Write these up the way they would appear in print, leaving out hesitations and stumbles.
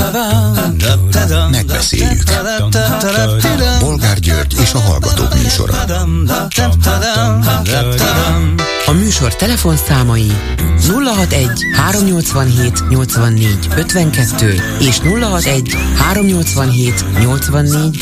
Megbeszéljük. Bolgár György és a Hallgatók műsora. A műsor telefonszámai 061 387 84 52 és 061 387 84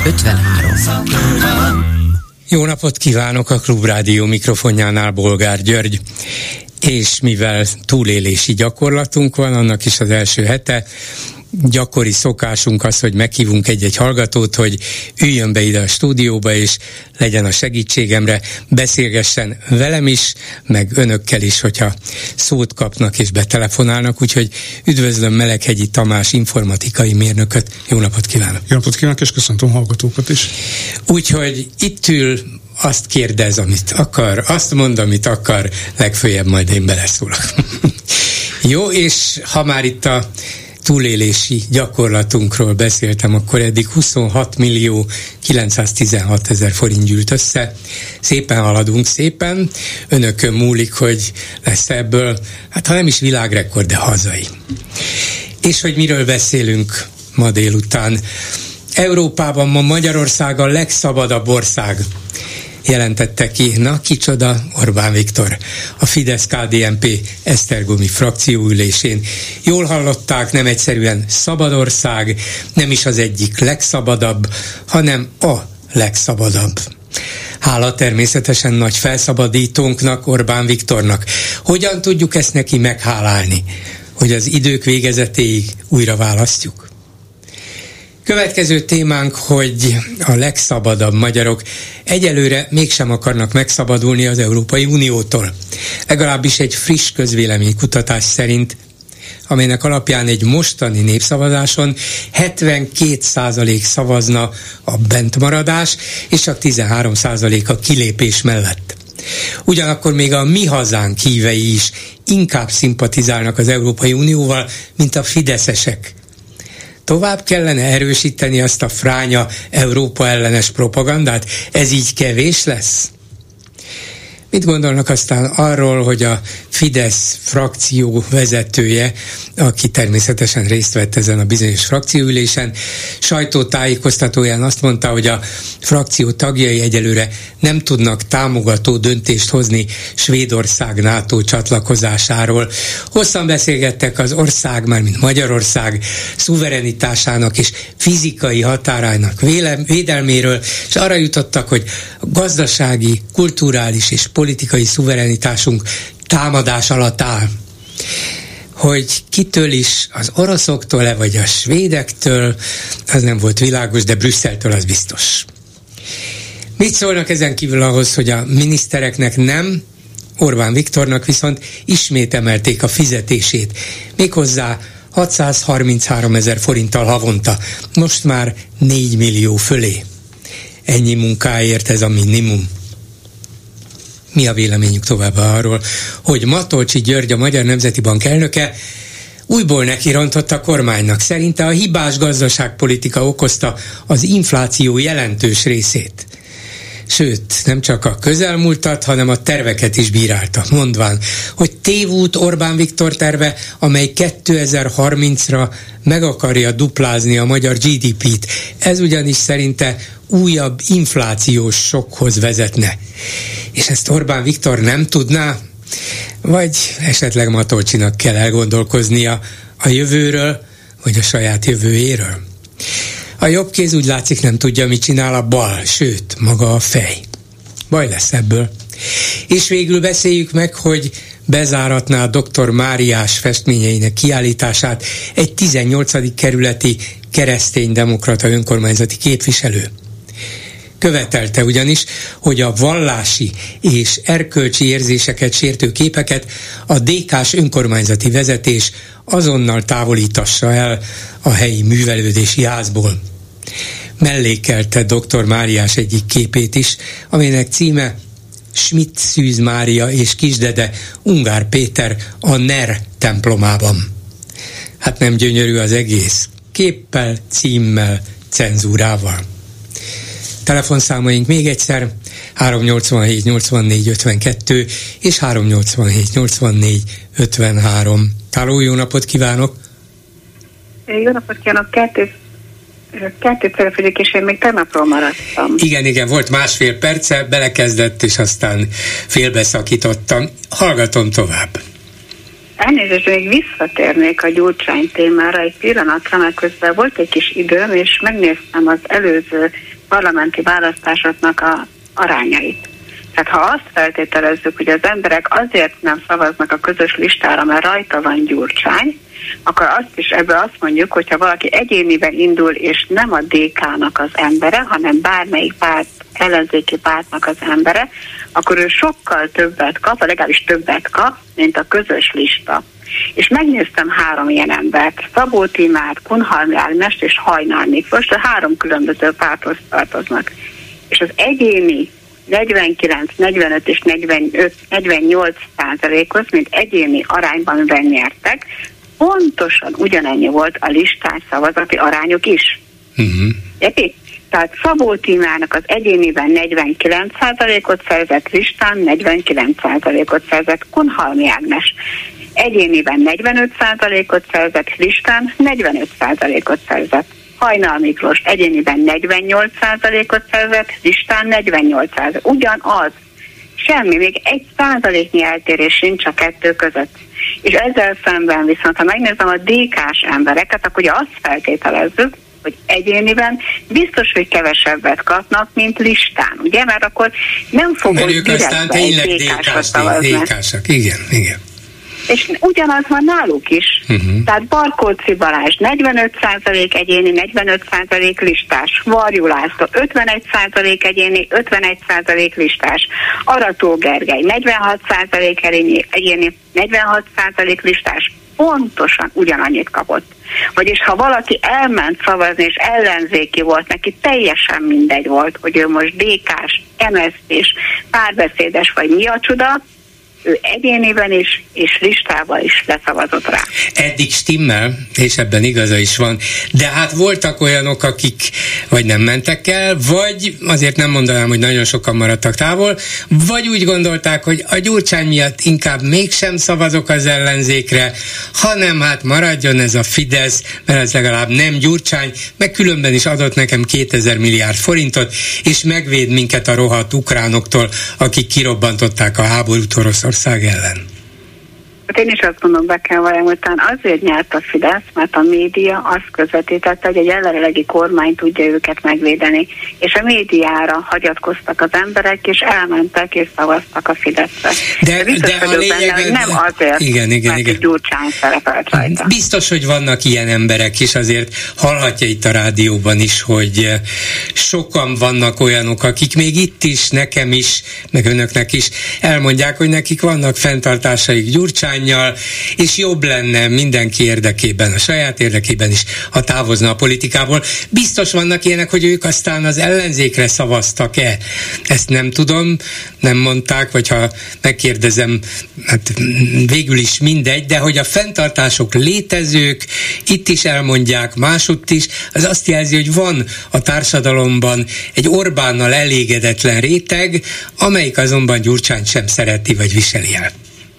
53. Jó napot kívánok, a Klubrádió mikrofonjánál Bolgár György. És mivel túlélési gyakorlatunk van, annak is az első hete, gyakori szokásunk az, hogy meghívunk egy-egy hallgatót, hogy üljön be ide a stúdióba, és legyen a segítségemre, beszélgessen velem is, meg önökkel is, hogyha szót kapnak és betelefonálnak, úgyhogy üdvözlöm Meleghegyi Tamás informatikai mérnököt. Jó napot kívánok! Jó napot kívánok, és köszöntöm hallgatókat is! Úgyhogy itt ül, azt kérdez, amit akar, azt mond, amit akar, legföljebb majd én beleszólok. Jó, és ha már itt a túlélési gyakorlatunkról beszéltem, akkor eddig 26 millió 916 000 forint gyűlt össze. Szépen haladunk, szépen. Önökön múlik, hogy lesz ebből, hát ha nem is világrekord, de hazai. És hogy miről beszélünk ma délután. Európában ma Magyarország a legszabadabb ország, jelentette ki, na kicsoda, Orbán Viktor, a Fidesz-KDNP esztergomi frakcióülésén. Jól hallották, nem egyszerűen szabad ország, nem is az egyik legszabadabb, hanem a legszabadabb. Hála természetesen nagy felszabadítónknak, Orbán Viktornak. Hogyan tudjuk ezt neki meghálálni, hogy az idők végezetéig újra választjuk? Következő témánk, hogy a legszabadabb magyarok egyelőre mégsem akarnak megszabadulni az Európai Uniótól. Legalábbis egy friss közvéleménykutatás szerint, amelynek alapján egy mostani népszavazáson 72% szavazna a bentmaradás, és csak 13% a kilépés mellett. Ugyanakkor még a mi hazánk hívei is inkább szimpatizálnak az Európai Unióval, mint a fideszesek. Tovább kellene erősíteni azt a fránya Európa ellenes propagandát? Ez így kevés lesz? Mit gondolnak aztán arról, hogy a Fidesz frakció vezetője, aki természetesen részt vett ezen a bizonyos frakcióülésen, sajtótájékoztatóján azt mondta, hogy a frakció tagjai egyelőre nem tudnak támogató döntést hozni Svédország NATO csatlakozásáról. Hosszan beszélgettek az ország, mármint Magyarország szuverenitásának és fizikai határának védelméről, és arra jutottak, hogy a gazdasági, kulturális és politikai szuverenitásunk támadás alatt áll. Hogy kitől is, az oroszoktól-e, vagy a svédektől, az nem volt világos, de Brüsszeltől az biztos. Mit szólnak ezen kívül ahhoz, hogy a minisztereknek nem, Orbán Viktornak viszont ismét emelték a fizetését, méghozzá 633 000 forinttal havonta, most már 4 millió fölé. Ennyi munkáért ez a minimum. Mi a véleményük továbbá arról, hogy Matolcsy György, a Magyar Nemzeti Bank elnöke újból nekirontott a kormánynak. Szerinte a hibás gazdaságpolitika okozta az infláció jelentős részét. Sőt, nem csak a közelmúltat, hanem a terveket is bírálta, mondván, hogy tévút Orbán Viktor terve, amely 2030-ra meg akarja duplázni a magyar GDP-t. Ez ugyanis szerinte újabb inflációs sokkhoz vezetne. És ezt Orbán Viktor nem tudná? Vagy esetleg Matolcsinak kell elgondolkoznia a jövőről, vagy a saját jövőjéről? A jobb kéz úgy látszik nem tudja, mit csinál a bal, sőt, maga a fej. Baj lesz ebből. És végül beszéljük meg, hogy bezáratná a Dr. Máriás festményeinek kiállítását egy 18. kerületi kereszténydemokrata önkormányzati képviselő. Követelte ugyanis, hogy a vallási és erkölcsi érzéseket sértő képeket a DK-s önkormányzati vezetés azonnal távolítassa el a helyi művelődési házból. Mellékelte Dr. Máriás egyik képét is, amelynek címe Schmidt Szűz Mária és kisdede Ungár Péter a NER templomában. Hát nem gyönyörű az egész? Képpel, címmel, cenzúrával. Telefonszámaink még egyszer 387 84 52 és 387 84 53. Háló, jó napot kívánok! Jó napot kívánok, kettő telefonik, és én még tegnapról maradtam. Igen, volt másfél perce, belekezdett, és aztán félbeszakítottam. Hallgatom tovább. Elnézést, még visszatérnék a Gyurcsány témára egy pillanatra, mert közben volt egy kis időm, és megnéztem az előző parlamenti választásoknak a arányait. Tehát ha azt feltételezzük, hogy az emberek azért nem szavaznak a közös listára, mert rajta van Gyurcsány, akkor ebből azt mondjuk, hogyha valaki egyéniben indul, és nem a DK-nak az embere, hanem bármelyik párt, ellenzéki pártnak az embere, akkor ő sokkal többet kap, vagy legalábbis többet kap, mint a közös lista. És megnéztem 3 ilyen embert, Szabó Tímát, Kunhalmi Ágnest és Hajnal Miklóst, a 3 különböző párthoz tartoznak. És az egyéni 49, 45 és 48%-hoz, mint egyéni arányban, amiben nyertek, pontosan ugyanennyi volt a listás szavazati arányok is. Uh-huh. Tehát Szabó Tímának az egyéniben 49%-ot szerzett, listán 49%-ot szerzett, Kunhalmi Ágnes egyéniben 45%-ot szerzett, listán 45%-ot szerzett. Hajnal Miklós egyéniben 48%-ot szerzett, listán 48%. Ugyanaz. Semmi, még 1%-nyi eltérés sincs a kettő között. És ezzel szemben viszont, ha megnézem a DK-s embereket, akkor ugye azt feltételezzük, hogy egyéniben biztos, hogy kevesebbet kapnak, mint listán, ugye? Mert akkor nem fogod direktbe egy DK-sra szavazni. DK-sak, igen. És ugyanaz van náluk is. Uh-huh. Tehát Barkóczy Balázs 45% egyéni, 45% listás. Varjú László 51% egyéni, 51% listás. Arató Gergely 46% egyéni, 46% listás. Pontosan ugyanannyit kapott. Vagyis ha valaki elment szavazni, és ellenzéki volt, neki teljesen mindegy volt, hogy ő most DK-s, MSZP-s, párbeszédes vagy mi a csuda, ő egyéniben is, és listával is leszavazott rá. Eddig stimmel, és ebben igaza is van, de hát voltak olyanok, akik vagy nem mentek el, vagy azért nem mondanám, hogy nagyon sokan maradtak távol, vagy úgy gondolták, hogy a Gyurcsány miatt inkább mégsem szavazok az ellenzékre, hanem hát maradjon ez a Fidesz, mert ez legalább nem Gyurcsány, meg különben is adott nekem 2000 milliárd forintot, és megvéd minket a rohadt ukránoktól, akik kirobbantották a háborút Oroszország ellen. Hát én is azt mondom, be kell valami, hogy talán azért nyert a Fidesz, mert a média azt közvetítette, hogy egy jelenlegi kormány tudja őket megvédeni, és a médiára hagyatkoztak az emberek, és elmentek és szavaztak a Fideszre. De a lényeg, benne, nem azért, mert Gyurcsány szerepelt rajta. Biztos, hogy vannak ilyen emberek, és azért hallhatja itt a rádióban is, hogy sokan vannak olyanok, akik még itt is, nekem is, meg önöknek is elmondják, hogy nekik vannak fenntartásaik Gyurcsány, és jobb lenne mindenki érdekében, a saját érdekében is, ha távozna a politikából. Biztos vannak ilyenek, hogy ők aztán az ellenzékre szavaztak-e. Ezt nem tudom, nem mondták, vagy ha megkérdezem, hát végül is mindegy, de hogy a fenntartások létezők, itt is elmondják, másutt is, az azt jelzi, hogy van a társadalomban egy Orbánnal elégedetlen réteg, amelyik azonban Gyurcsányt sem szereti, vagy viseli el.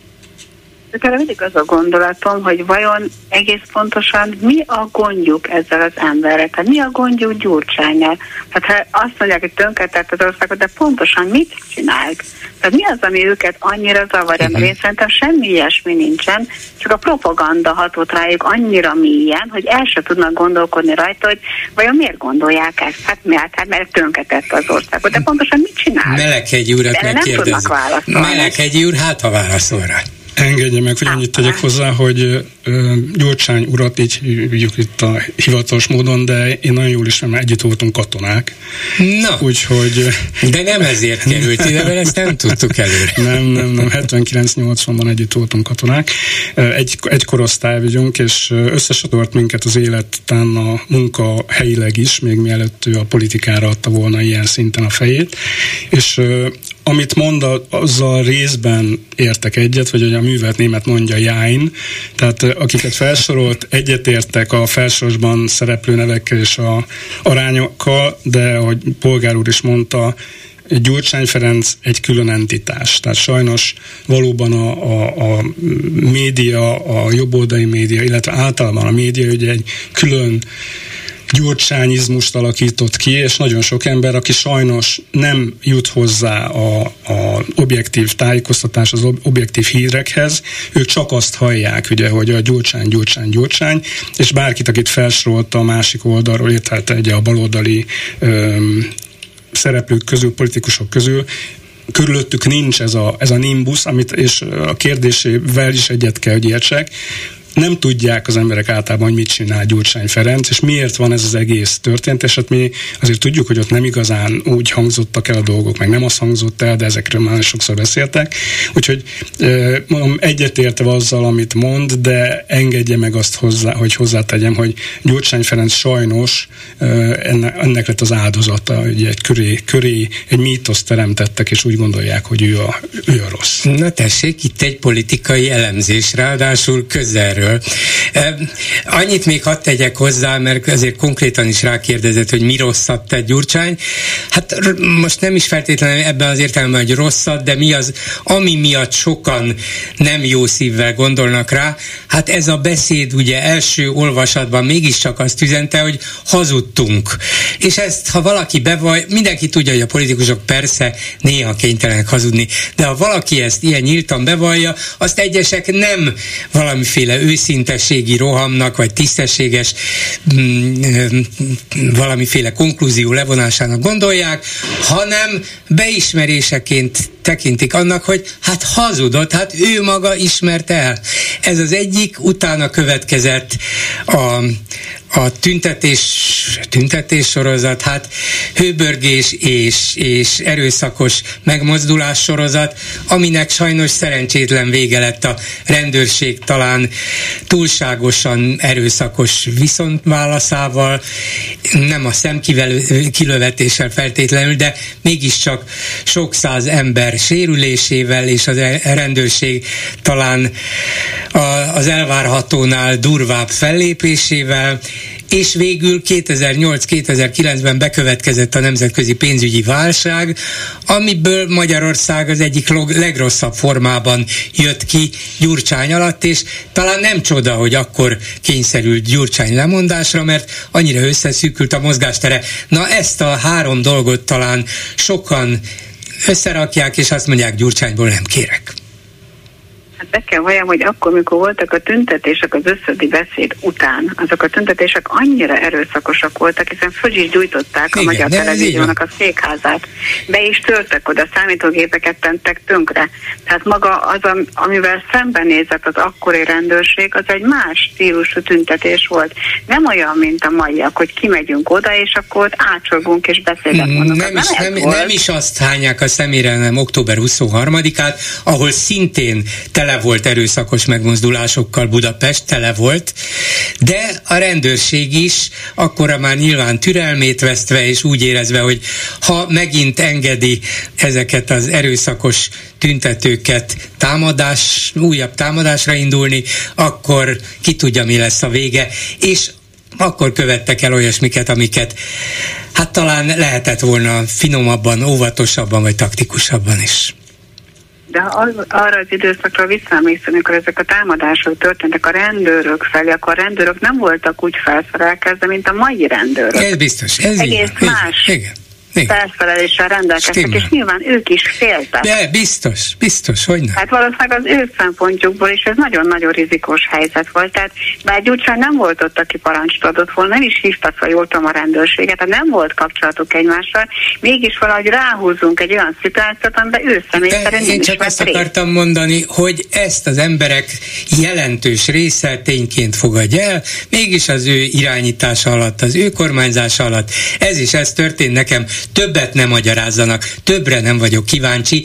Erre mindig az a gondolatom, hogy vajon egész pontosan mi a gondjuk ezzel az emberrel, tehát mi a gondjuk Gyurcsánnyal. Tehát ha azt mondják, hogy tönkretett az országot, de pontosan mit csinálják? Tehát mi az, ami őket annyira zavarja? Mert én szerintem semmi ilyesmi nincsen, csak a propaganda hatott rájuk annyira mélyen, hogy el se tudnak gondolkodni rajta, hogy vajon miért gondolják ezt? Hát mert tönkretett az országot, de pontosan mit csinál? Meleghegy úrat megkérdezik. Meleghegy úr, hát ha válaszol rá. Engedje meg, hogy annyit tegyek hozzá, hogy Gyurcsány urat így hívjuk itt a hivatalos módon, de én nagyon jól ismerem, mert együtt voltunk katonák. Na, úgyhogy... De nem ezért került ide, mert ezt nem tudtuk előre. Nem, 79-80-ban együtt voltunk katonák. Egy korosztály vagyunk, és összesodort minket az élettán a munka helyileg is, még mielőtt ő a politikára adta volna ilyen szinten a fejét. És amit mond, azzal részben értek egyet, vagy hogy a művelt német mondja Jáin, tehát akiket felsorolt, egyetértek a felsorosban szereplő nevekkel és a arányokkal, de ahogy Polgár úr is mondta, Gyurcsány Ferenc egy külön entitás. Tehát sajnos valóban a média, a jobboldali média, illetve általában a média ugye egy külön gyurcsányizmust alakított ki, és nagyon sok ember, aki sajnos nem jut hozzá a objektív tájékoztatás, az objektív hírekhez, ők csak azt hallják, ugye, hogy a Gyurcsány, és bárkit, akit felsorolta a másik oldalról, illetve egy a baloldali szereplők közül, politikusok közül, körülöttük nincs ez a nimbus, amit, és a kérdésével is egyet kell, hogy értsek. Nem tudják az emberek általában, hogy mit csinál Gyurcsány Ferenc, és miért van ez az egész történet, és hát mi azért tudjuk, hogy ott nem igazán úgy hangzottak el a dolgok, meg nem az hangzott el, de ezekről már sokszor beszéltek. Úgyhogy mondom, egyetértve azzal, amit mond, de engedje meg azt hogy hozzátegyem, hogy Gyurcsány Ferenc sajnos ennek lett az áldozata, hogy egy köré egy mítoszt teremtettek, és úgy gondolják, hogy ő a rossz. Na tessék, itt egy politikai elemzés, ráadásul közelről. Annyit még hadd tegyek hozzá, mert azért konkrétan is rákérdezett, hogy mi rosszat tett Gyurcsány. Hát most nem is feltétlenül ebben az értelemben, hogy rosszat, de mi az, ami miatt sokan nem jó szívvel gondolnak rá. Hát ez a beszéd ugye első olvasatban mégiscsak azt üzente, hogy hazudtunk. És ezt, ha valaki mindenki tudja, hogy a politikusok persze néha kénytelenek hazudni, de ha valaki ezt ilyen nyíltan bevallja, azt egyesek nem valamiféle őszintességi rohamnak, vagy tisztességes valamiféle konklúzió levonásának gondolják, hanem beismeréseként tekintik annak, hogy hát hazudott, hát ő maga ismerte el. Ez az egyik, utána következett a tüntetés sorozat, hát hőbörgés és erőszakos megmozdulás sorozat, aminek sajnos szerencsétlen vége lett a rendőrség talán túlságosan erőszakos viszontválaszával, nem a szemkilövetéssel feltétlenül, de mégiscsak sok száz ember sérülésével, és a rendőrség talán az elvárhatónál durvább fellépésével, és végül 2008-2009-ben bekövetkezett a nemzetközi pénzügyi válság, amiből Magyarország az egyik legrosszabb formában jött ki Gyurcsány alatt, és talán nem csoda, hogy akkor kényszerült Gyurcsány lemondásra, mert annyira összeszűkült a mozgástere. Na, ezt a három dolgot talán sokan összerakják, és azt mondják, Gyurcsányból nem kérek. Hát be kell valljam, hogy akkor, mikor voltak a tüntetések az összödi beszéd után, azok a tüntetések annyira erőszakosak voltak, hiszen föl is gyújtották a Magyar Televíziónak a székházát. Be is törtek oda, számítógépeket tentek tönkre. Tehát maga az, amivel szembenézett az akkori rendőrség, az egy más stílusú tüntetés volt. Nem olyan, mint a maiak, hogy kimegyünk oda, és akkor ácsorgunk és beszélget mondunk. Nem is azt hányják a szemére, hanem október 23-át, ahol szintén tele volt erőszakos megmozdulásokkal, Budapest tele volt, de a rendőrség is akkora már nyilván türelmét vesztve, és úgy érezve, hogy ha megint engedi ezeket az erőszakos tüntetőket újabb támadásra indulni, akkor ki tudja, mi lesz a vége, és akkor követtek el olyasmiket, amiket hát talán lehetett volna finomabban, óvatosabban, vagy taktikusabban is. De arra az időszakra visszaemlékszem, amikor ezek a támadások történtek a rendőrök felé, akkor a rendőrök nem voltak úgy felszerelkezve, mint a mai rendőrök. Ez biztos. Ez egész más. Igen. Felszereléssel rendelkeztek, és nyilván ők is féltek. De biztos, hogy nem. Hát valószínűleg az ő szempontjukból is ez nagyon-nagyon rizikós helyzet volt. Tehát bár Gyurcsány nem volt ott, aki parancsot adott volna, nem is hívtak fel, jól tudom, a rendőrséget, tehát nem volt kapcsolatuk egymással, mégis valahogy ráhúzunk egy olyan szituációt, amiben ő személy szerint én csak azt akartam mondani, hogy ezt az emberek jelentős része tényként fogadja el, mégis az ő irányítása alatt, az ő kormányzása alatt ez történt nekem. Többet nem magyarázzanak, többre nem vagyok kíváncsi,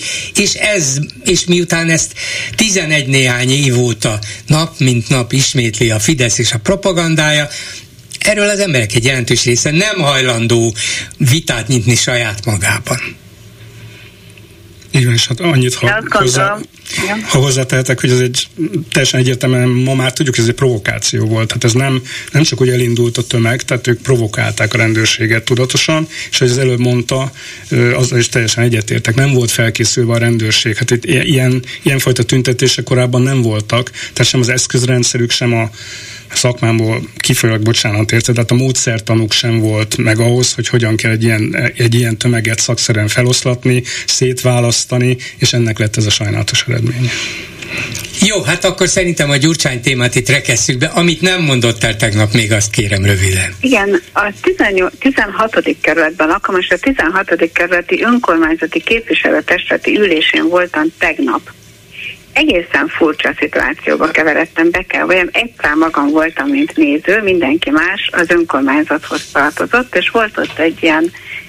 és miután ezt 11 néhány év óta nap mint nap ismétli a Fidesz és a propagandája, erről az emberek egy jelentős része nem hajlandó vitát nyitni saját magában. Igen, és hát annyit, ha hozzátehetek, hogy ez egy teljesen egyértelműen ma már tudjuk, hogy ez egy provokáció volt. Tehát ez nem csak úgy elindult a tömeg, tehát ők provokálták a rendőrséget tudatosan, és ahogy az előbb mondta, azzal is teljesen egyetértek. Nem volt felkészülve a rendőrség. Hát itt ilyenfajta tüntetések korábban nem voltak, tehát sem az eszközrendszerük, sem a szakmámból kifolyólag, bocsánat érte, tehát a módszertanuk sem volt meg ahhoz, hogy hogyan kell egy ilyen tömeget szakszerűen feloszlatni, szétválasztani, és ennek lett ez a sajnálatos eredmény. Jó, hát akkor szerintem a Gyurcsány témát itt rekesszük be. Amit nem mondott el tegnap, még azt kérem röviden. Igen, a 16. kerületben alkalmas, a 16. kerületi önkormányzati képviselőtestületi ülésén voltam tegnap. Egészen furcsa szituációba keveredtem, be kell vajon, egyszer magam voltam, mint néző, mindenki más az önkormányzathoz tartozott, és volt ott egy ilyen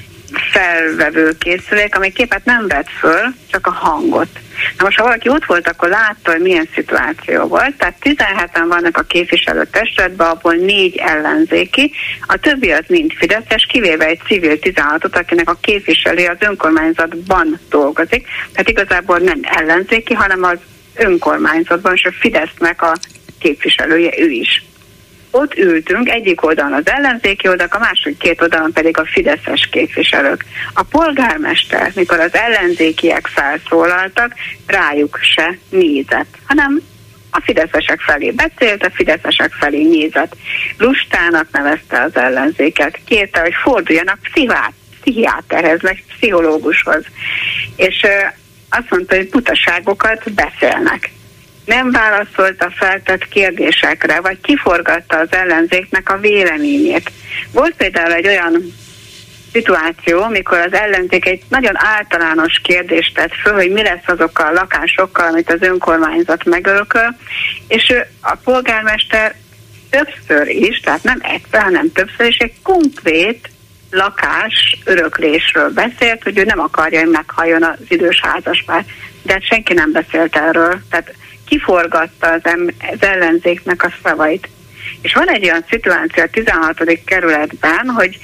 felvevő készülék, ami képet nem vett föl, csak a hangot. Na most, ha valaki ott volt, akkor látta, hogy milyen szituáció volt. Tehát 17-en vannak a képviselőtestületben, abból 4 ellenzéki, a többi az mind fideszes, kivéve egy civil 16-ot, akinek a képviselője az önkormányzatban dolgozik. Tehát igazából nem ellenzéki, hanem az önkormányzatban, és a Fidesznek a képviselője ő is. Ott ültünk, egyik oldalon az ellenzéki oldalak, a másik 2 oldalon pedig a fideszes képviselők. A polgármester, mikor az ellenzékiek felszólaltak, rájuk se nézett, hanem a fideszesek felé beszélt, a fideszesek felé nézett. Lustának nevezte az ellenzéket, kérte, hogy forduljanak pszichiáterhez, meg pszichológushoz. És azt mondta, hogy butaságokat beszélnek. Nem válaszolt a feltett kérdésekre, vagy kiforgatta az ellenzéknek a véleményét. Volt például egy olyan szituáció, mikor az ellenzék egy nagyon általános kérdést tett föl, hogy mi lesz azokkal a lakásokkal, amit az önkormányzat megörököl, és a polgármester többször is, tehát nem egyszer, hanem többször is egy konkrét lakás öröklésről beszélt, hogy ő nem akarja, hogy meghalljon az idős házaspár. De senki nem beszélt erről. Tehát kiforgatta az ellenzéknek a szavait. És van egy olyan szituáció a 16. kerületben, hogy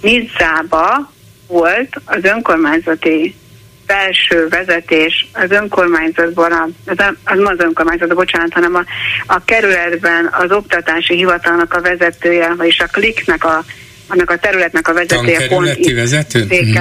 Nizzába volt az önkormányzati felső vezetés az önkormányzatban, az önkormányzatban, bocsánat, hanem a kerületben az oktatási hivatalnak a vezetője, vagyis a kliknek annak a területnek a vezetője pont itt.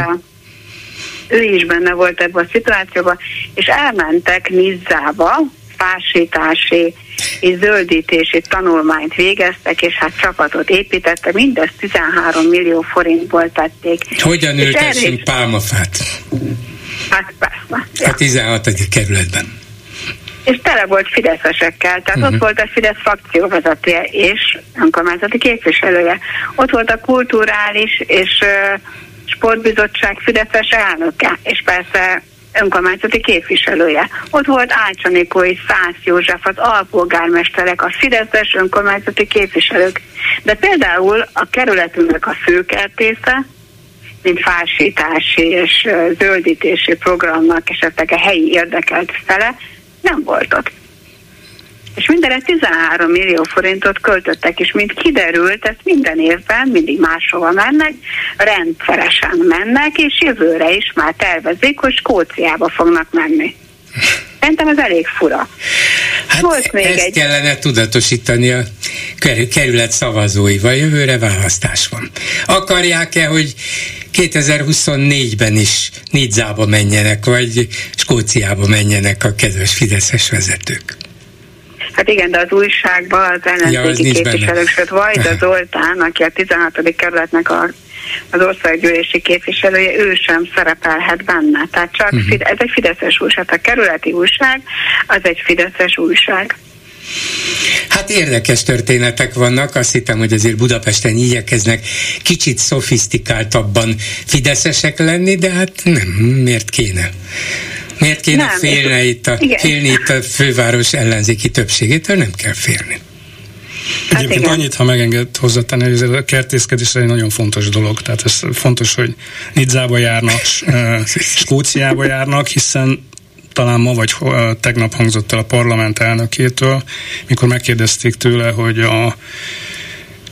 Ő is benne volt ebben a szituációban, és elmentek Nizzába, fásítási és zöldítési tanulmányt végeztek, és hát csapatot építettek, mindezt 13 millió forintból tették. Hogyan ültessünk pálmafát? Hát persze. A 16. kerületben. És tele volt fideszesekkel, tehát ott volt a Fidesz frakcióvezetője és önkormányzati képviselője. Ott volt a kulturális és sportbizottság fideszes elnöke, és persze önkormányzati képviselője. Ott volt Ácsanikói, Szász József, az alpolgármesterek, a fideszes önkormányzati képviselők. De például a kerületünknek a főkertésze, mint fásítási és zöldítési programnak esetleg a helyi érdekelt fele, nem volt ott. És mindenre 13 millió forintot költöttek, és mint kiderült, ezt minden évben mindig máshova mennek, rendszeresen mennek, és jövőre is már tervezik, hogy Skóciába fognak menni. Szerintem ez elég fura. Hát volt még ezt kellene tudatosítani a kerület szavazóival, jövőre választás van. Akarják-e, hogy 2024-ben is Nizzába menjenek, vagy Skóciába menjenek a kedves fideszes vezetők? Hát igen, de az újságban az ellenzéki képviselők, sőt Vajda Zoltán, aki a 16. kerületnek az országgyűlési képviselője, ő sem szerepelhet benne. Tehát csak ez egy fideszes újság, a kerületi újság az egy fideszes újság. Hát érdekes történetek vannak, azt hittem, hogy azért Budapesten igyekeznek kicsit szofisztikáltabban fideszesek lenni, de hát nem, miért kéne? Miért kéne félni itt a főváros ellenzéki többségétől? Nem kell félni. Egyébként annyit, ha megenged hozzátenni, hogy ez a kertészkedés egy nagyon fontos dolog. Tehát ez fontos, hogy Nizzába járnak, Skóciába járnak, hiszen talán ma vagy tegnap hangzott el a parlament elnökétől, mikor megkérdezték tőle, hogy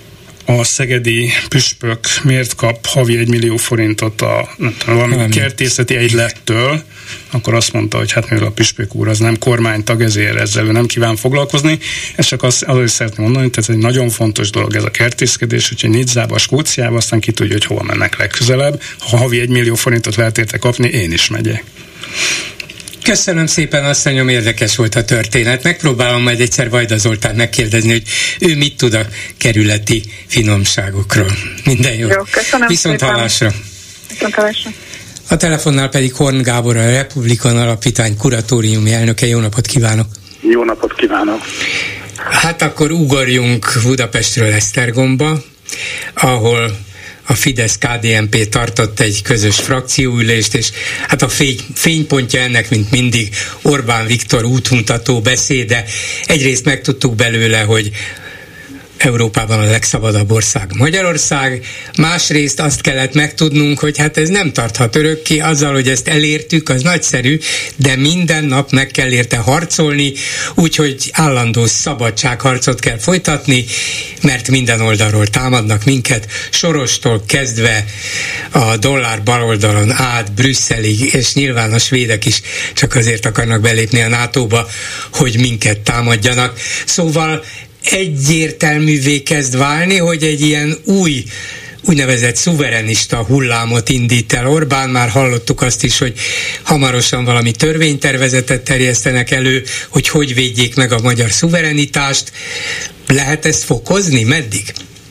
a szegedi püspök miért kap havi 1 millió forintot valami kertészeti egylettől, akkor azt mondta, hogy hát mivel a püspök úr az nem kormánytag, ezért ezzel ő nem kíván foglalkozni. Ez csak azért szeretném mondani, hogy ez egy nagyon fontos dolog ez a kertészkedés, úgyhogy Nizzába, Skóciába, aztán ki tudja, hogy hova mennek legközelebb. Ha havi 1 millió forintot lehet érte kapni, én is megyek. Köszönöm szépen, asszonyom, érdekes volt a történet. Megpróbálom majd egyszer Vajda Zoltán megkérdezni, hogy ő mit tud a kerületi finomságokról. Minden jó. Köszönöm. Viszont hallásra. Viszont hallásra. A telefonnál pedig Horn Gábor, a Republikon Alapítvány kuratóriumi elnöke. Jó napot kívánok! Jó napot kívánok! Hát akkor ugorjunk Budapestről Esztergomba, ahol a Fidesz-KDNP tartott egy közös frakcióülést, és hát a fénypontja ennek, mint mindig, Orbán Viktor útmutató beszéde. Egyrészt megtudtuk belőle, hogy Európában a legszabadabb ország Magyarország, másrészt azt kellett megtudnunk, hogy hát ez nem tarthat örökké, azzal, hogy ezt elértük, az nagyszerű, de minden nap meg kell érte harcolni, úgyhogy állandó szabadságharcot kell folytatni, mert minden oldalról támadnak minket, Sorostól kezdve a dollár baloldalon át Brüsszelig, és nyilván a svédek is csak azért akarnak belépni a NATO-ba, hogy minket támadjanak. Szóval egyértelművé kezd válni, hogy egy ilyen úgynevezett szuverenista hullámot indít el Orbán. Már hallottuk azt is, hogy hamarosan valami törvénytervezetet terjesztenek elő, hogy védjék meg a magyar szuverenitást. Lehet ezt fokozni? Meddig?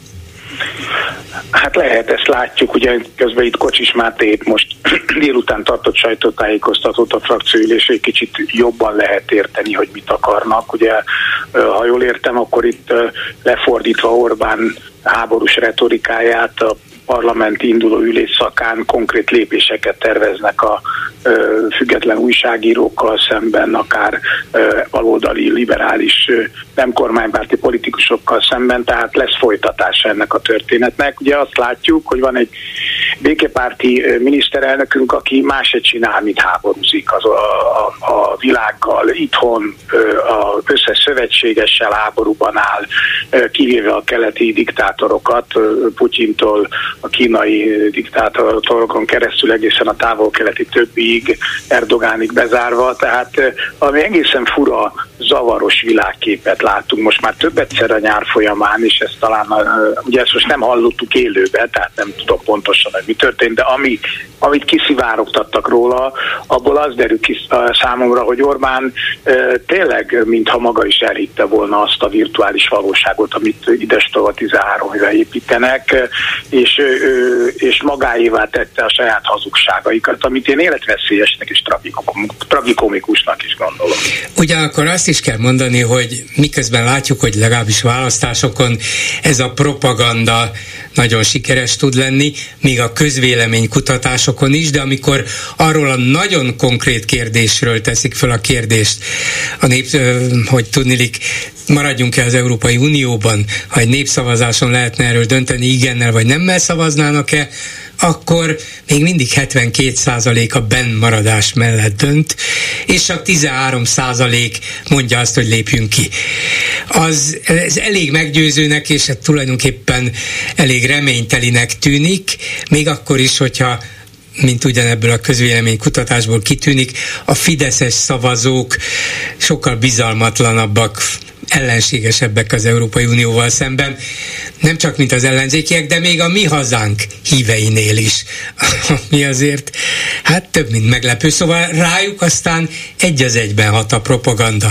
Hát lehet, ezt látjuk, ugye közben itt Kocsis Máté most délután tartott sajtótájékoztatót a frakcióülésre, egy kicsit jobban lehet érteni, hogy mit akarnak. Ugye, ha jól értem, akkor itt lefordítva Orbán háborús retorikáját, a parlamenti induló ülésszakán konkrét lépéseket terveznek a független újságírókkal szemben, akár baloldali, liberális, nem kormánypárti politikusokkal szemben, tehát lesz folytatása ennek a történetnek. Ugye azt látjuk, hogy van egy békepárti miniszterelnökünk, aki mást csinál, mint háborúzik a világgal, itthon az összes szövetségessel háborúban áll, kivéve a keleti diktátorokat, Putyintól a kínai diktátorokon keresztül egészen a távol-keleti többiig, Erdogánig bezárva, tehát ami egészen fura, zavaros világképet látunk most már többetszer a nyár folyamán, és ezt talán, ugye ezt most nem hallottuk élőben, tehát nem tudom pontosan, hogy mi történt, de amit kiszivárogtattak róla, abból az derül ki számomra, hogy Orbán tényleg, mintha maga is elhitte volna azt a virtuális valóságot, amit idestova 13 éve építenek, és magáévá tette a saját hazugságaikat, amit én életveszélyesnek és tragikomikusnak is gondolom. Ugyanakkor azt is kell mondani, hogy miközben látjuk, hogy legalábbis választásokon ez a propaganda nagyon sikeres tud lenni, még a közvéleménykutatásokon is, de amikor arról a nagyon konkrét kérdésről teszik fel a kérdést, hogy tudniillik, maradjunk-e az Európai Unióban, ha egy népszavazáson lehetne erről dönteni, igennel vagy nemmel szavaznának-e, akkor még mindig 72% a bennmaradás mellett dönt, és csak 13% mondja azt, hogy lépjünk ki. Ez elég meggyőzőnek, és hát tulajdonképpen elég reménytelinek tűnik, még akkor is, hogyha mint ugyanebből a közvéleménykutatásból kitűnik, a fideszes szavazók sokkal bizalmatlanabbak, ellenségesebbek az Európai Unióval szemben, nem csak mint az ellenzékiek, de még a mi hazánk híveinél is, ami azért hát több mint meglepő. Szóval rájuk aztán egy az egyben hat a propaganda.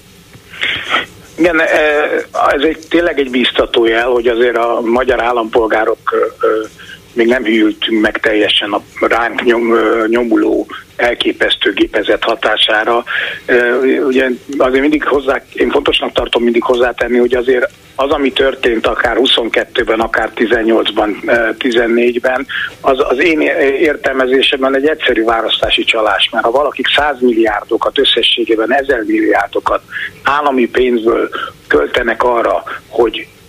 Igen, ez tényleg egy biztató jel, hogy azért a magyar állampolgárok még nem hűltünk meg teljesen a ránk nyomuló elképesztő gépezet hatására. Ugye azért mindig én fontosnak tartom mindig hozzátenni, hogy azért az, ami történt akár 22-ben, akár 18-ban, 14-ben, az én értelmezésemben egy egyszerű választási csalás, mert ha valakik 100 milliárdokat, összességében 1000 milliárdokat állami pénzből költenek arra, hogy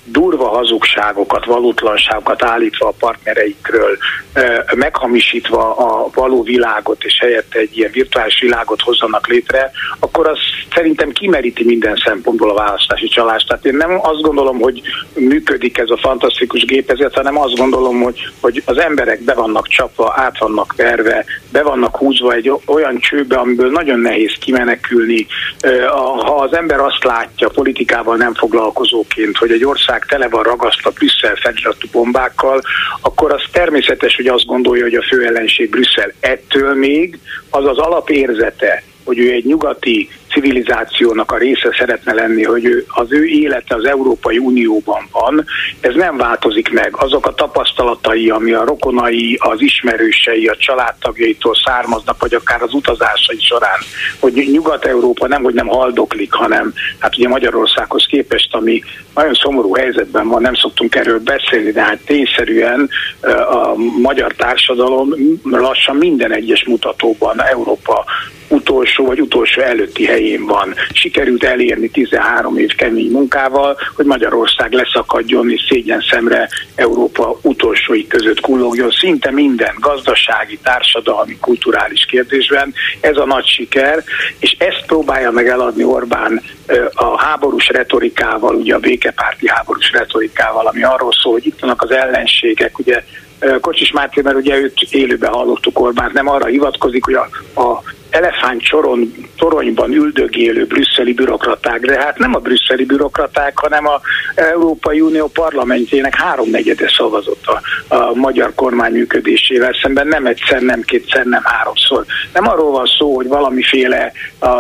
durva hazugságokat, valótlanságokat állítva a partnereikről, meghamisítva a való világot, és helyette egy ilyen virtuális világot hozzanak létre, akkor az szerintem kimeríti minden szempontból a választási csalást. Tehát én nem azt gondolom, hogy működik ez a fantasztikus gépezet, hanem azt gondolom, hogy az emberek be vannak csapva, át vannak verve, be vannak húzva egy olyan csőbe, amiből nagyon nehéz kimenekülni. Ha az ember azt látja politikával nem foglalkozóként, hogy egy ország tele van ragasztva Brüsszel feliratú bombákkal, akkor az természetes, hogy azt gondolja, hogy a fő ellenség Brüsszel. Ettől még az az alapérzete, hogy ő egy nyugati civilizációnak a része szeretne lenni, hogy az ő élete az Európai Unióban van, ez nem változik meg. Azok a tapasztalatai, ami a rokonai, az ismerősei, a családtagjaitól származnak, vagy akár az utazásai során, hogy Nyugat-Európa nem haldoklik, hanem hát ugye Magyarországhoz képest, ami nagyon szomorú helyzetben van, nem szoktunk erről beszélni, de hát tényszerűen a magyar társadalom lassan minden egyes mutatóban Európa utolsó vagy utolsó előtti helyén van. Sikerült elérni 13 év kemény munkával, hogy Magyarország leszakadjon és szégyen szemre Európa utolsói között kullogjon. Szinte minden gazdasági, társadalmi, kulturális kérdésben ez a nagy siker, és ezt próbálja meg eladni Orbán a háborús retorikával, ugye a békepárti háborús retorikával, ami arról szól, hogy itt vannak az ellenségek, ugye Kocsis Máté, mert ugye őt élőben hallottuk, Orbán nem arra hivatkozik, hogy a elefánttoronyban üldögélő brüsszeli bürokraták, de hát nem a brüsszeli bürokraták, hanem az Európai Unió parlamentjének 3/4 szavazott a magyar kormány működésével szemben, nem egyszer, nem kétszer, nem 3-szor. Nem arról van szó, hogy valamiféle a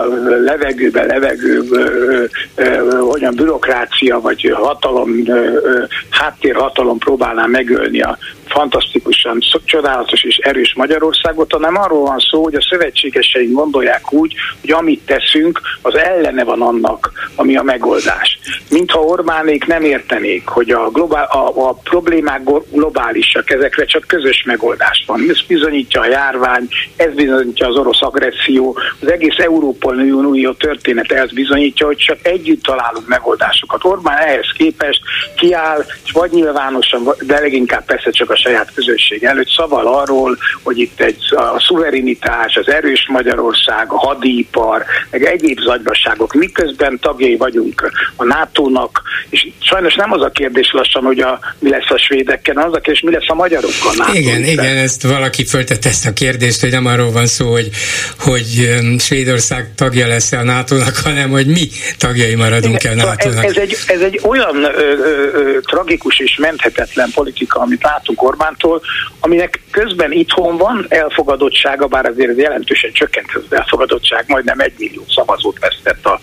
olyan bürokrácia vagy hatalom, háttérhatalom próbálná megölni a fantasztikusan, csodálatos és erős Magyarországot, hanem arról van szó, hogy a szövetségeseink gondolják úgy, hogy amit teszünk, az ellene van annak, ami a megoldás. Mintha Orbánék nem értenék, hogy a problémák globálisak, ezekre csak közös megoldás van. Ez bizonyítja a járvány, ez bizonyítja az orosz agresszió, az egész Európai Unió története ez bizonyítja, hogy csak együtt találunk megoldásokat. Orbán ehhez képest kiáll, és vagy nyilvánosan, de leginkább persze csak a saját közösség előtt szaval arról, hogy itt a szuverenitás, az erős Magyarország, a hadipar, meg egyéb zagyvaságok, miközben tagjai vagyunk a NATO-nak, és sajnos nem az a kérdés lassan, hogy mi lesz a svédekkel, az a kérdés, mi lesz a magyarokkal NATO. Igen, ezt valaki föltette ezt a kérdést, hogy nem arról van szó, hogy Svédország tagja lesz a NATO-nak, hanem hogy mi tagjai maradunk-e a NATO-nak. Ez egy olyan tragikus és menthetetlen politika, amit látunk Orbántól, aminek közben itthon van elfogadottsága, bár azért jelentősen csökkent az elfogadottság, majdnem 1 millió szavazót vesztett a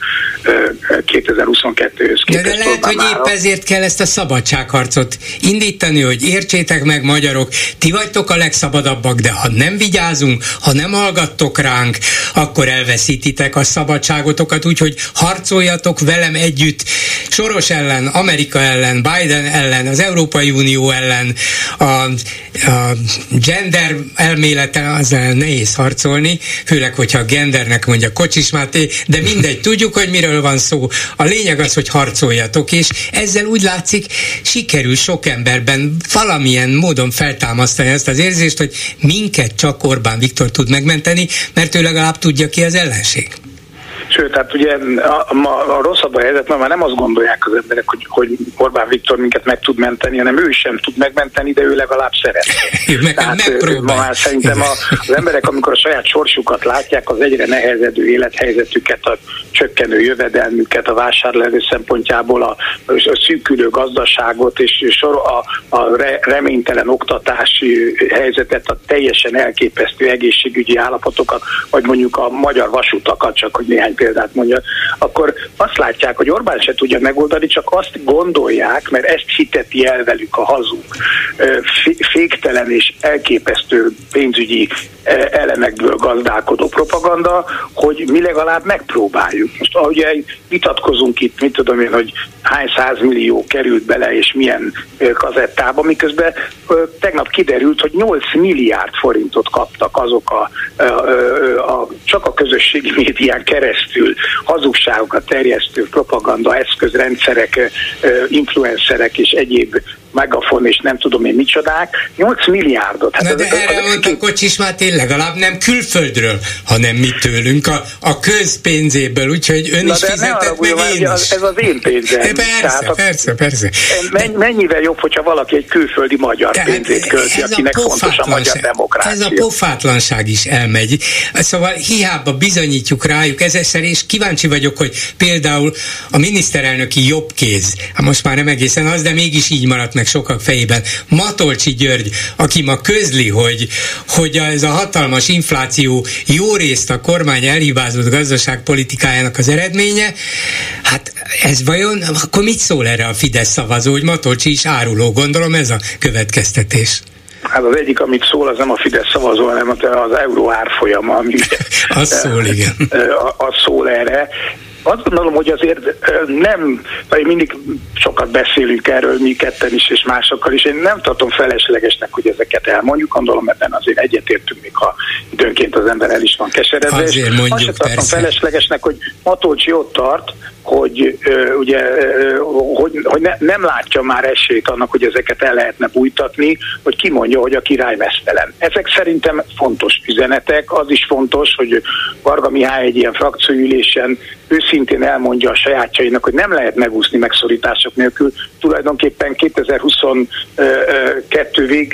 2022-höz képest. De lehet, hogy épp ezért kell ezt a szabadságharcot indítani, hogy értsétek meg, magyarok, ti vagytok a legszabadabbak, de ha nem vigyázunk, ha nem hallgattok ránk, akkor elveszítitek a szabadságotokat, úgyhogy harcoljatok velem együtt Soros ellen, Amerika ellen, Biden ellen, az Európai Unió ellen, a gender elmélete, azzal nehéz harcolni, főleg, hogyha a gendernek mondja Kocsis Máté, de mindegy, tudjuk, hogy miről van szó. A lényeg az, hogy harcoljatok, és ezzel úgy látszik, sikerül sok emberben valamilyen módon feltámasztani ezt az érzést, hogy minket csak Orbán Viktor tud megmenteni, mert ő legalább tudja, ki az ellenség. Sőt, tehát ugye a rosszabb a helyzet, mert már nem azt gondolják az emberek, hogy Orbán Viktor minket meg tud menteni, hanem ő sem tud megmenteni, de ő legalább szeret. Ma már szerintem az emberek, amikor a saját sorsukat látják, az egyre nehezedő élethelyzetüket, a csökkenő jövedelmüket, a vásárlóerő szempontjából, a szűkülő gazdaságot, és a reménytelen oktatási helyzetet, a teljesen elképesztő egészségügyi állapotokat, vagy mondjuk a magyar vasutakat, csak hogy néhány példát mondja, akkor azt látják, hogy Orbán se tudja megoldani, csak azt gondolják, mert ezt hiteti el velük a hazug, féktelen és elképesztő pénzügyi elemekből gazdálkodó propaganda, hogy mi legalább megpróbáljuk. Most ugye vitatkozunk itt, mit tudom én, hogy hány 100 millió került bele, és milyen kazettába, miközben tegnap kiderült, hogy 8 milliárd forintot kaptak azok csak a közösségi médián keresztül hazugságokat terjesztő propaganda eszközrendszerek, influencerek és egyéb megafon és nem tudom én micsodák, 8 milliárdot. Hát de erre mondta Kocsis Máté, legalább nem külföldről, hanem mi tőlünk, a közpénzéből, úgyhogy ön is fizetett, meg én is. Ez az én pénzem. Persze. Mennyivel jobb, hogyha valaki egy külföldi magyar pénzét költi, akinek fontos a magyar demokrácia. Ez a pofátlanság is elmegy. Szóval hiába bizonyítjuk rájuk ezerszer, és kíváncsi vagyok, hogy például a miniszterelnöki jobbkéz, most már nem egészen az, de mégis így maradt meg sokak fejében, Matolcsy György, aki ma közli, hogy ez a hatalmas infláció jó részt a kormány elhibázott gazdaságpolitikájának az eredménye, hát ez vajon, akkor mit szól erre a Fidesz szavazó, hogy Matolcsy is áruló, gondolom ez a következtetés. Hát az egyik, amit szól, az nem a Fidesz szavazó, hanem az euró árfolyama, ami az szól, igen. Az szól erre. Azt gondolom, hogy azért nem, vagy mindig sokat beszélünk erről, mi ketten is, és másokkal is. Én nem tartom feleslegesnek, hogy ezeket elmondjuk. Gondolom, ebben azért egyetértünk, még ha időnként az ember el is van keseredve. Azért mondjuk, azt sem tartom persze. feleslegesnek, hogy Matolcsy ott tart, hogy nem látja már esélyt annak, hogy ezeket el lehetne bújtatni, hogy kimondja, hogy a király meztelen. Ezek szerintem fontos üzenetek. Az is fontos, hogy Varga Mihály egy ilyen frakcióülésen őszintén elmondja a sajátjainak, hogy nem lehet megúszni megszorítások nélkül. Tulajdonképpen 2022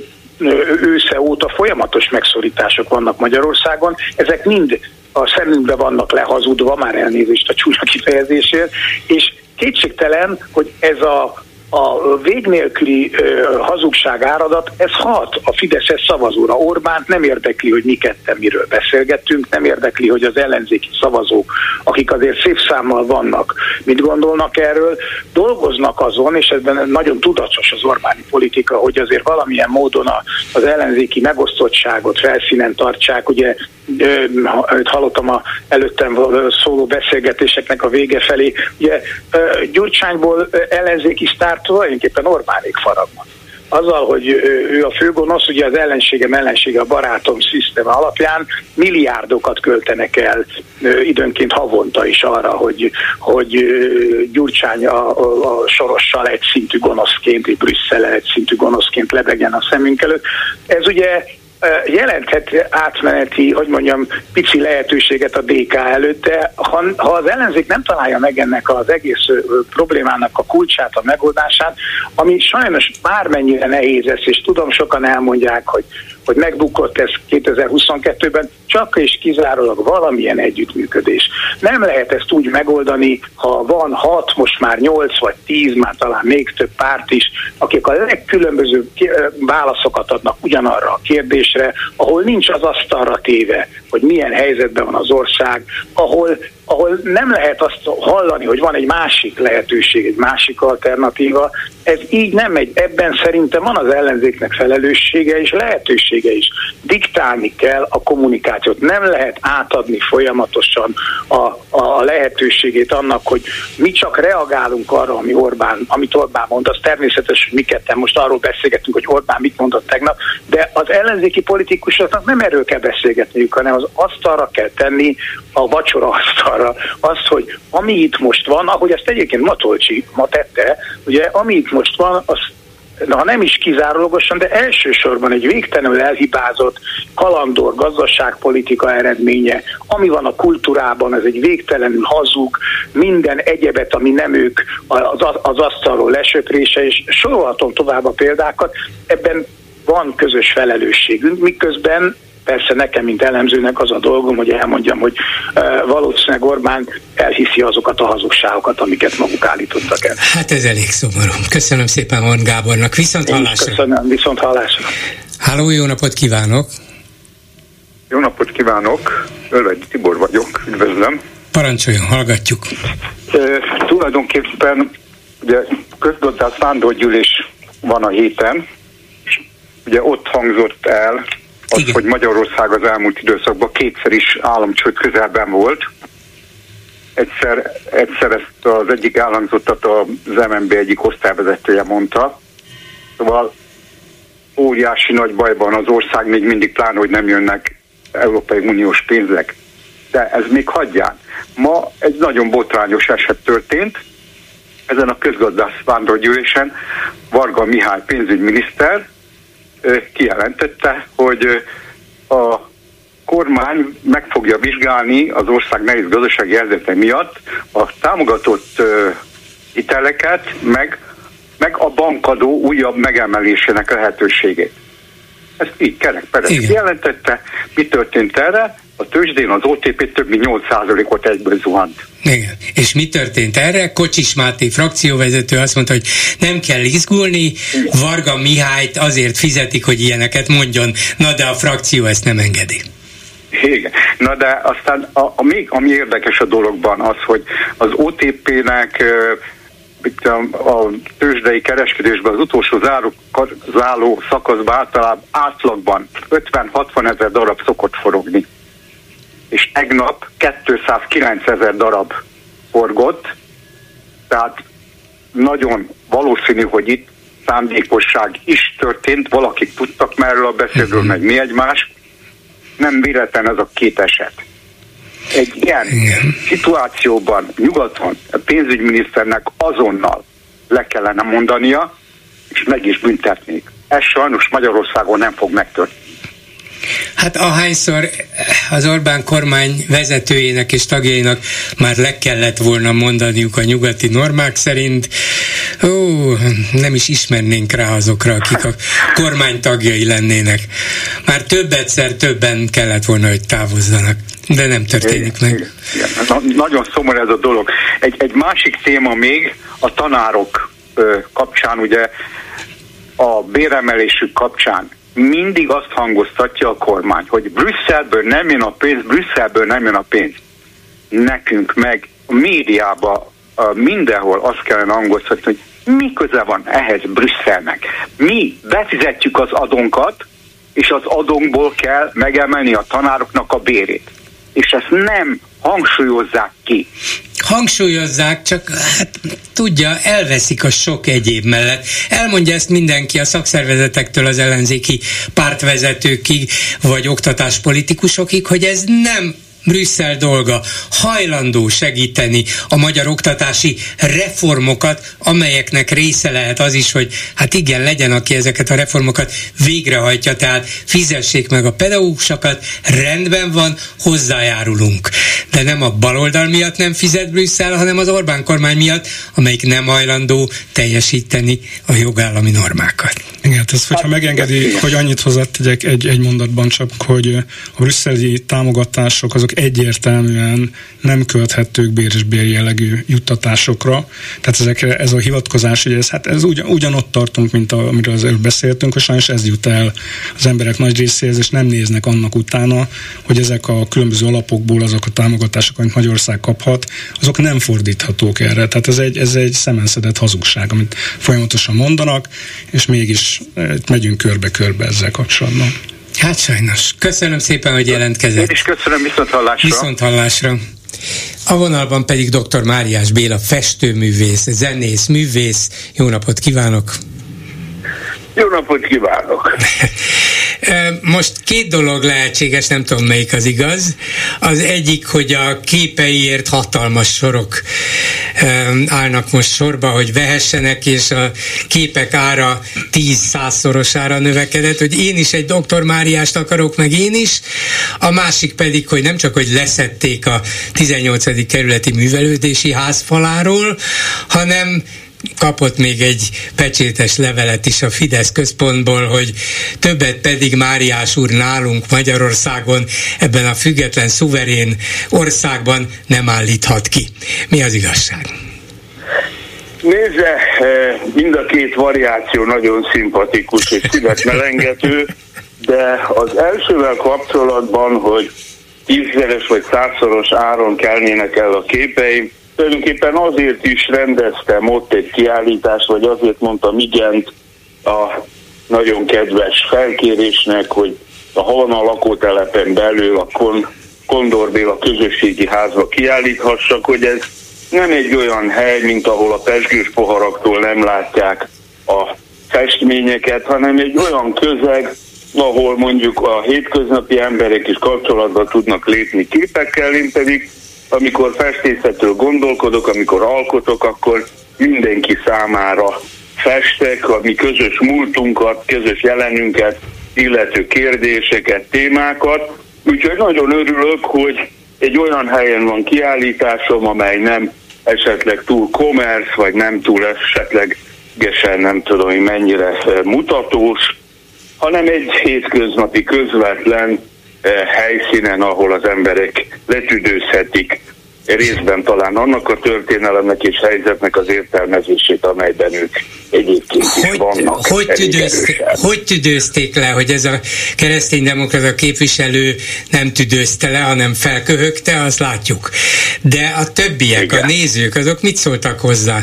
ősze óta folyamatos megszorítások vannak Magyarországon. Ezek mind a szemünkbe vannak lehazudva, már elnézést a csúnya kifejezésért, és kétségtelen, hogy ez a vég nélküli hazugság áradat, ez hat a Fideszes szavazóra. Orbánt nem érdekli, hogy mi ketten miről beszélgettünk, nem érdekli, hogy az ellenzéki szavazók, akik azért szép számmal vannak, mit gondolnak erről, dolgoznak azon, és ebben nagyon tudatos az Orbáni politika, hogy azért valamilyen módon az ellenzéki megosztottságot felszínen tartsák. Ugye hallottam előttem szóló beszélgetéseknek a vége felé, ugye Gyurcsányból ellenzéki sztárt tulajdonképpen Orbánék faragnak. Azzal, hogy ő a főgonosz, ugye az ellensége a barátom szisztéma alapján milliárdokat költenek el időnként havonta is arra, hogy Gyurcsány a Sorossal egy szintű gonoszként, és Brüsszellel egy szintű gonoszként lebegjen a szemünk előtt. Ez ugye jelenthet átmeneti, hogy mondjam, pici lehetőséget a DK előtt, de ha az ellenzék nem találja meg ennek az egész problémának a kulcsát, a megoldását, ami sajnos bármennyire nehéz lesz, és tudom, sokan elmondják, hogy megbukott ez 2022-ben, csak és kizárólag valamilyen együttműködés. Nem lehet ezt úgy megoldani, ha van 6, most már 8 vagy 10, már talán még több párt is, akik a legkülönbözőbb válaszokat adnak ugyanarra a kérdésre, ahol nincs az asztalra téve, hogy milyen helyzetben van az ország, ahol nem lehet azt hallani, hogy van egy másik lehetőség, egy másik alternatíva. Ez így nem megy. Ebben szerintem van az ellenzéknek felelőssége és lehetősége is. Diktálni kell a kommunikációt. Nem lehet átadni folyamatosan a lehetőségét annak, hogy mi csak reagálunk arra, amit Orbán mond. Az természetes, hogy mi ketten most arról beszélgetünk, hogy Orbán mit mondott tegnap, de az ellenzéki politikusoknak nem erről kell beszélgetniük, hanem az asztalra kell tenni, a vacsora asztalra azt, hogy ami itt most van, ahogy ezt egyébként Matolcsy ma tette, ugye ami itt most van, az, ha nem is kizárólagosan, de elsősorban egy végtelenül elhibázott kalandor gazdaságpolitika eredménye, ami van a kultúrában, ez egy végtelenül hazug, minden egyebet, ami nem ők, az asztalról lesöprése, és sorolhatom tovább a példákat, ebben van közös felelősségünk, miközben persze nekem, mint elemzőnek az a dolgom, hogy elmondjam, hogy valószínűleg Orbán elhiszi azokat a hazugságokat, amiket maguk állítottak el. Hát ez elég szomorú. Köszönöm szépen Horn Gábornak. Viszont hallásra. Köszönöm, viszont hallásra. Háló, jó napot kívánok! Jó napot kívánok! Ölvegyi Tibor vagyok, üdvözlöm. Parancsoljon, hallgatjuk. Tulajdonképpen ugye közgazdász vándorgyűlés van a héten, ugye ott hangzott el az, igen, hogy Magyarország az elmúlt időszakban kétszer is államcsőd közelben volt, egyszer ezt az egyik elhangzottat az MNB egyik osztályvezetője mondta. Szóval óriási nagy bajban az ország, még mindig pláne, hogy nem jönnek Európai Uniós pénzek. De ez még hagyján. Ma egy nagyon botrányos eset történt. Ezen a közgazdász vándorgyűlésen Varga Mihály pénzügyminiszter kijelentette, hogy a kormány meg fogja vizsgálni az ország nehéz gazdasági helyzete miatt a támogatott hiteleket, meg a bankadó újabb megemelésének lehetőségét. Ezt így kerekperec jelentette. Mi történt erre? A tőzsdén az OTP több mint 8%-ot egyből zuhant. Igen. És mi történt erre? Kocsis Máté frakcióvezető azt mondta, hogy nem kell izgulni, Varga Mihályt azért fizetik, hogy ilyeneket mondjon, na de a frakció ezt nem engedi. Igen. Na de aztán ami érdekes a dologban az, hogy az OTP-nek a tőzsdei kereskedésben az utolsó záró szakaszban általában átlagban 50-60 ezer darab szokott forogni. És tegnap 209 ezer darab forgott, tehát nagyon valószínű, hogy itt szándékosság is történt, valakik tudtak már erről a beszédről, meg mi egymás. Nem véletlen ez a két eset. Egy ilyen szituációban nyugaton a pénzügyminiszternek azonnal le kellene mondania, és meg is büntetnék. Ez sajnos Magyarországon nem fog megtörténni. Hát ahányszor az Orbán kormány vezetőjének és tagjainak már le kellett volna mondaniuk a nyugati normák szerint, nem is ismernénk rá azokra, akik a kormány tagjai lennének. Már többen kellett volna, hogy távozzanak, de nem történik meg. Nagyon szomorú ez a dolog. Egy másik téma még a tanárok kapcsán, ugye a béremelésük kapcsán mindig azt hangoztatja a kormány, hogy Brüsszelből nem jön a pénz. Nekünk meg a médiában mindenhol azt kellene hangoztatni, hogy mi köze van ehhez Brüsszelnek. Mi befizetjük az adónkat, és az adónkból kell megemelni a tanároknak a bérét. És ezt nem hangsúlyozzák ki. Hangsúlyozzák, csak hát tudja, elveszik a sok egyéb mellett. Elmondja ezt mindenki, a szakszervezetektől az ellenzéki pártvezetőkig, vagy oktatáspolitikusokig, hogy ez nem Brüsszel dolga, hajlandó segíteni a magyar oktatási reformokat, amelyeknek része lehet az is, hogy hát igen, legyen, aki ezeket a reformokat végrehajtja, tehát fizessék meg a pedagógusokat, rendben van, hozzájárulunk. De nem a baloldal miatt nem fizet Brüsszel, hanem az Orbán kormány miatt, amelyik nem hajlandó teljesíteni a jogállami normákat. Igen, ez, hogyha megengedi, hogy annyit hozzátegyek egy mondatban csak, hogy a brüsszeli támogatások azok egyértelműen nem költhetők bér és bérjellegű juttatásokra. Tehát ez a hivatkozás, ugye ez ugyanott tartunk, mint amiről az előbb beszéltünk, hogy sajnos ez jut el az emberek nagy részéhez, és nem néznek annak utána, hogy ezek a különböző alapokból azok a támogatások, amit Magyarország kaphat, azok nem fordíthatók erre. Tehát ez egy szemenszedett hazugság, amit folyamatosan mondanak, és mégis megyünk körbe-körbe ezzel kapcsolatban. Hát sajnos. Köszönöm szépen, hogy jelentkezett. Én is köszönöm, viszonthallásra. Viszonthallásra. A vonalban pedig dr. Máriás Béla, festőművész, zenész, művész. Jó napot kívánok! Jó napot kívánok! Most két dolog lehetséges, nem tudom melyik az igaz. Az egyik, hogy a képeiért hatalmas sorok állnak most sorba, hogy vehessenek, és a képek ára 10-100-szorosára növekedett, hogy én is egy dr. Máriást akarok, meg én is. A másik pedig, hogy nem csak, hogy leszették a 18. kerületi művelődési ház faláról, hanem kapott még egy pecsétes levelet is a Fidesz központból, hogy többet pedig Máriás úr nálunk Magyarországon, ebben a független, szuverén országban nem állíthat ki. Mi az igazság? Nézze, mind a két variáció nagyon szimpatikus és szívetmelengető, de az elsővel kapcsolatban, hogy 10-szeres vagy 100-szoros áron kelnének el a képeim, tulajdonképpen azért is rendeztem ott egy kiállítást, vagy azért mondtam igent a nagyon kedves felkérésnek, hogy ha van a lakótelepen belül, akkor Kondor Béla közösségi házba kiállíthassak, hogy ez nem egy olyan hely, mint ahol a pezsgős poharaktól nem látják a festményeket, hanem egy olyan közeg, ahol mondjuk a hétköznapi emberek is kapcsolatba tudnak lépni képekkel. Én pedig, amikor festészetről gondolkodok, amikor alkotok, akkor mindenki számára festek, a mi közös múltunkat, közös jelenünket, illető kérdéseket, témákat. Úgyhogy nagyon örülök, hogy egy olyan helyen van kiállításom, amely nem esetleg túl kommersz, vagy nem túl esetlegesen nem tudom, hogy mennyire mutatós, hanem egy hétköznapi közvetlen helyszínen, ahol az emberek letüdőzhetik részben talán annak a történelemnek és helyzetnek az értelmezését, amelyben ők egyébként is vannak. Hogy tüdőzték le, hogy ez a kereszténydemokrata képviselő nem tüdőzte le, hanem felköhögte, azt látjuk. De a többiek, igen, a nézők, azok mit szóltak hozzá?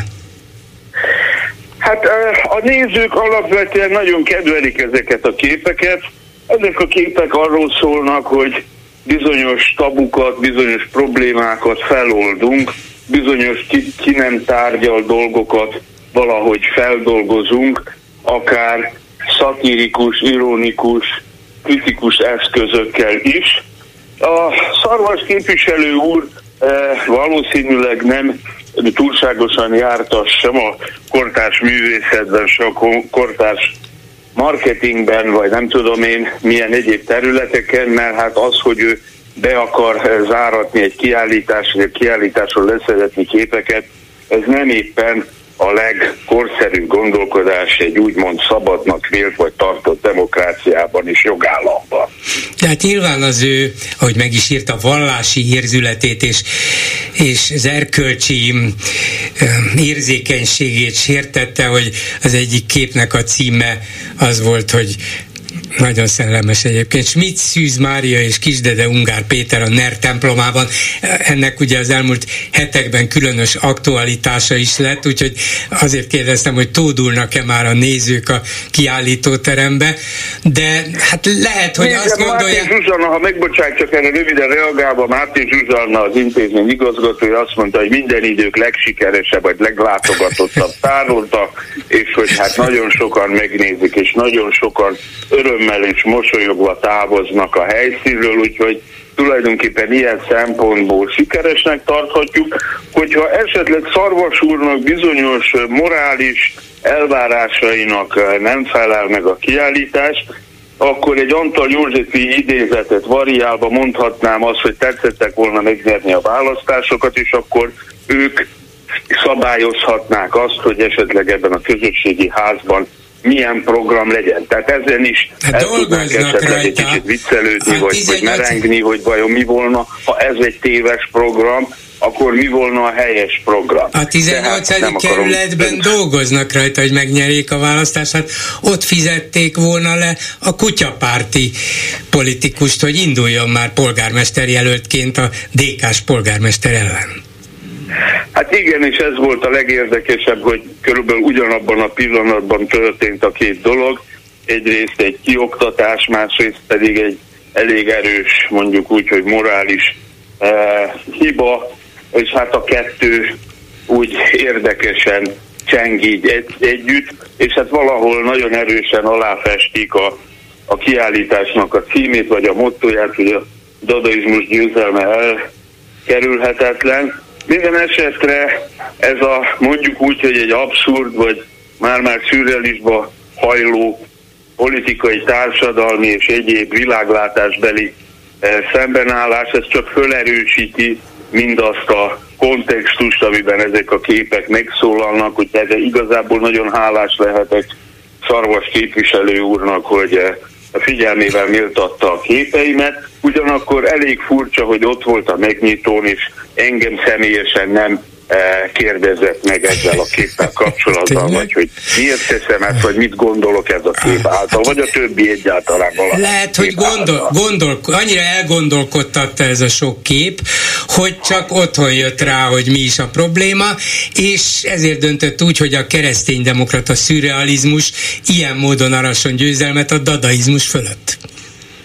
Hát a nézők alapvetően nagyon kedvelik ezeket a képeket. Ezek a képek arról szólnak, hogy bizonyos tabukat, bizonyos problémákat feloldunk, bizonyos ki nem tárgyal dolgokat valahogy feldolgozunk, akár szatirikus, ironikus, kritikus eszközökkel is. A Szarvas képviselő úr valószínűleg nem túlságosan jártas sem a kortárs művészetben, sem a kortárs marketingben, vagy nem tudom én milyen egyéb területeken, mert hát az, hogy ő be akar záratni egy kiállítást, vagy egy kiállításról leszedetni képeket, ez nem éppen a legkorszerűbb gondolkodás egy úgymond szabadnak vélt vagy tartott demokráciában és jogállamban. Tehát nyilván az ő, ahogy meg is írta, vallási érzületét és az erkölcsi érzékenységét sértette, hogy az egyik képnek a címe az volt, hogy nagyon szellemes egyébként. Schmidt Szűz Mária és Kisdede Ungár Péter a NER templomában. Ennek ugye az elmúlt hetekben különös aktualitása is lett, úgyhogy azért kérdeztem, hogy tódulnak-e már a nézők a kiállítóterembe, de hát lehet, hogy azt gondolják... Mártin Zsuzsanna, ha megbocsánk, csak erre röviden reagálva, Mártin Zsuzsanna, az intézmény igazgatója azt mondta, hogy minden idők legsikeresebb, vagy leglátogatottabb tárolta, és hogy hát nagyon sokan megnézik, és nagyon sokan örömmel és mosolyogva távoznak a helyszínről, úgyhogy tulajdonképpen ilyen szempontból sikeresnek tarthatjuk. Hogyha esetleg Szarvas úrnak bizonyos morális elvárásainak nem felel meg a kiállítás, akkor egy Antal Józsefi idézetet variálva mondhatnám azt, hogy tetszettek volna megnyerni a választásokat, és akkor ők szabályozhatnák azt, hogy esetleg ebben a közösségi házban milyen program legyen. Tehát ezen is el tudnánk esetleg egy kicsit viccelődni, vagy merengni, hogy vajon mi volna, ha ez egy téves program, akkor mi volna a helyes program. A 18. kerületben dolgoznak rajta, hogy megnyerjék a választást, hát ott fizették volna le a kutyapárti politikust, hogy induljon már polgármesterjelöltként a DK-s polgármester ellen. Hát igen, és ez volt a legérdekesebb, hogy körülbelül ugyanabban a pillanatban történt a két dolog. Egyrészt egy kioktatás, másrészt pedig egy elég erős, mondjuk úgy, hogy morális hiba, és hát a kettő úgy érdekesen cseng így együtt, és hát valahol nagyon erősen aláfestik a kiállításnak a címét, vagy a mottóját, hogy a dadaizmus győzelme elkerülhetetlen. Minden esetre ez a mondjuk úgy, hogy egy abszurd, vagy már-már szürrealizmusba hajló politikai, társadalmi és egyéb világlátásbeli szembenállás, ez csak fölerősíti mindazt a kontextust, amiben ezek a képek megszólalnak, hogy ezzel igazából nagyon hálás lehetek Szarvas képviselő úrnak, hogy a figyelmével méltatta a képeimet, ugyanakkor elég furcsa, hogy ott volt a megnyitón, és engem személyesen nem kérdezett meg ezzel a képpel kapcsolatban, vagy hogy miért teszem ezt, vagy mit gondolok ez a kép által, vagy a többi egyáltalán valami. Lehet, hogy annyira elgondolkodtatta ez a sok kép, hogy csak otthon jött rá, hogy mi is a probléma, és ezért döntött úgy, hogy a kereszténydemokrata szürrealizmus ilyen módon arasson győzelmet a dadaizmus fölött.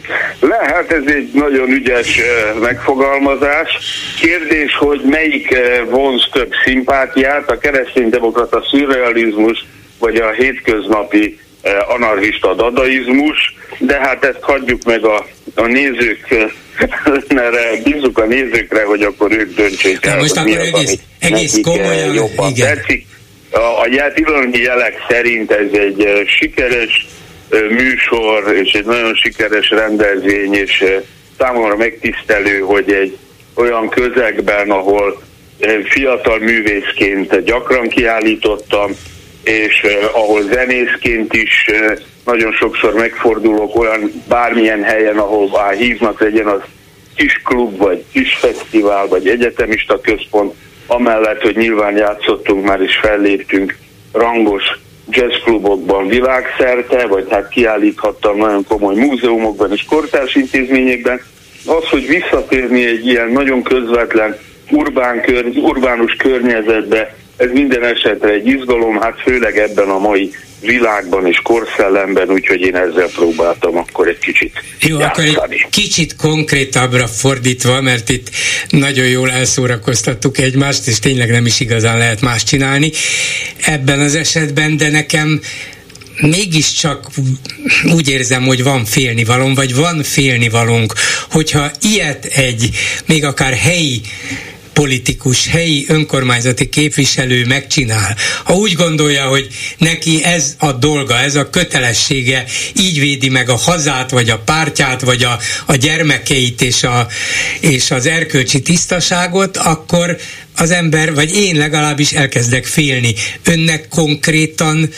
Lehet, ez egy nagyon ügyes megfogalmazás. Kérdés, hogy melyik vonz több szimpátiát, a kereszténydemokrata szürrealizmus, vagy a hétköznapi anarchista dadaizmus, de hát ezt hagyjuk meg a nézők, mert bízzuk a nézőkre, hogy akkor ők döntsék el, most hogy mi az, egész komolyan, jobban tetszik. A pillanatnyi jelek szerint ez egy sikeres műsor, és egy nagyon sikeres rendezvény, és számomra megtisztelő, hogy egy olyan közegben, ahol fiatal művészként gyakran kiállítottam, és ahol zenészként is nagyon sokszor megfordulok olyan bármilyen helyen, ahol hívnak, legyen az kis klub, vagy kis fesztivál, vagy egyetemista központ, amellett, hogy nyilván játszottunk már és felléptünk rangos jazzklubokban világszerte, vagy hát kiállíthattam nagyon komoly múzeumokban és kortárs intézményekben. Az, hogy visszatérni egy ilyen nagyon közvetlen urbánus környezetbe, ez minden esetre egy izgalom, hát főleg ebben a mai világban és korszellemben, úgyhogy én ezzel próbáltam akkor egy kicsit Jó, játszani. Akkor egy kicsit konkrétabbra fordítva, mert itt nagyon jól elszórakoztattuk egymást, és tényleg nem is igazán lehet más csinálni ebben az esetben, de nekem mégiscsak úgy érzem, hogy van félnivalóm, vagy van félnivalónk, hogyha ilyet egy, még akár helyi politikus, helyi önkormányzati képviselő megcsinál, ha úgy gondolja, hogy neki ez a dolga, ez a kötelessége, így védi meg a hazát, vagy a pártját, vagy a gyermekeit és az erkölcsi tisztaságot, akkor az ember, vagy én legalábbis elkezdek félni. Önnek konkrétan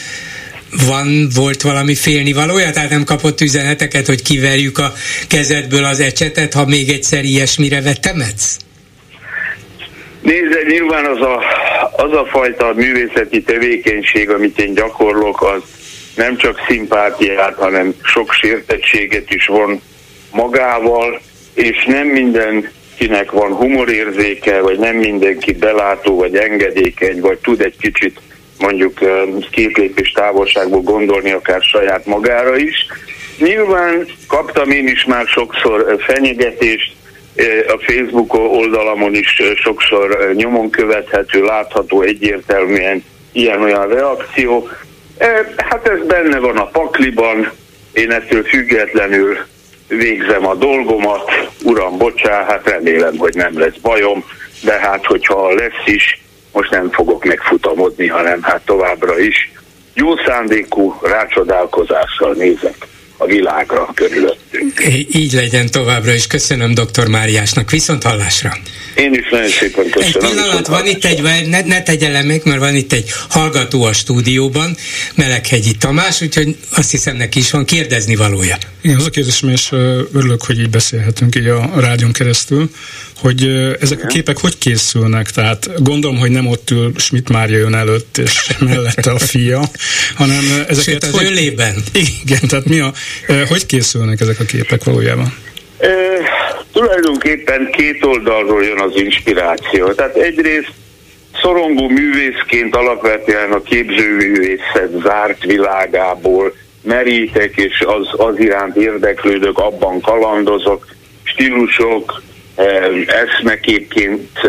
volt valami félnivalója? Tehát nem kapott üzeneteket, hogy kiverjük a kezedből az ecsetet, ha még egyszer ilyesmire vetemetsz? Nézd, nyilván az a fajta művészeti tevékenység, amit én gyakorlok, az nem csak szimpátiát, hanem sok sértettséget is von magával, és nem mindenkinek van humorérzéke, vagy nem mindenki belátó, vagy engedékeny, vagy tud egy kicsit mondjuk 2 lépés távolságból gondolni akár saját magára is. Nyilván kaptam én is már sokszor fenyegetést, a Facebook oldalamon is sokszor nyomon követhető, látható egyértelműen ilyen-olyan reakció. Hát ez benne van a pakliban, én ettől függetlenül végzem a dolgomat, uram, bocsá, hát remélem, hogy nem lesz bajom, de hát hogyha lesz is, most nem fogok megfutamodni, hanem hát továbbra is jó szándékú rácsodálkozással nézek a világra körülöttünk. Így legyen továbbra is. Köszönöm dr. Máriásnak. Viszont hallásra. Én is nagyon szépen köszönöm. Egy pillanat, van itt egy, ne tegye le még, mert van itt egy hallgató a stúdióban, Meleghegyi Tamás, úgyhogy azt hiszem neki is van kérdezni valója. Igen, az a kérdésem, és örülök, hogy így beszélhetünk így a rádión keresztül, hogy ezek a képek hogy készülnek? Tehát gondolom, hogy nem ott ül Schmidt Mária jön előtt, és mellette a fia, hanem ezeket... Sőt, az ölében. Igen, tehát hogy készülnek ezek a képek valójában? Tulajdonképpen 2 oldalról jön az inspiráció. Tehát egyrészt szorongó művészként alapvetően a képzőművészet zárt világából merítek, és az iránt érdeklődök, abban kalandozok, stílusok, eszmeképként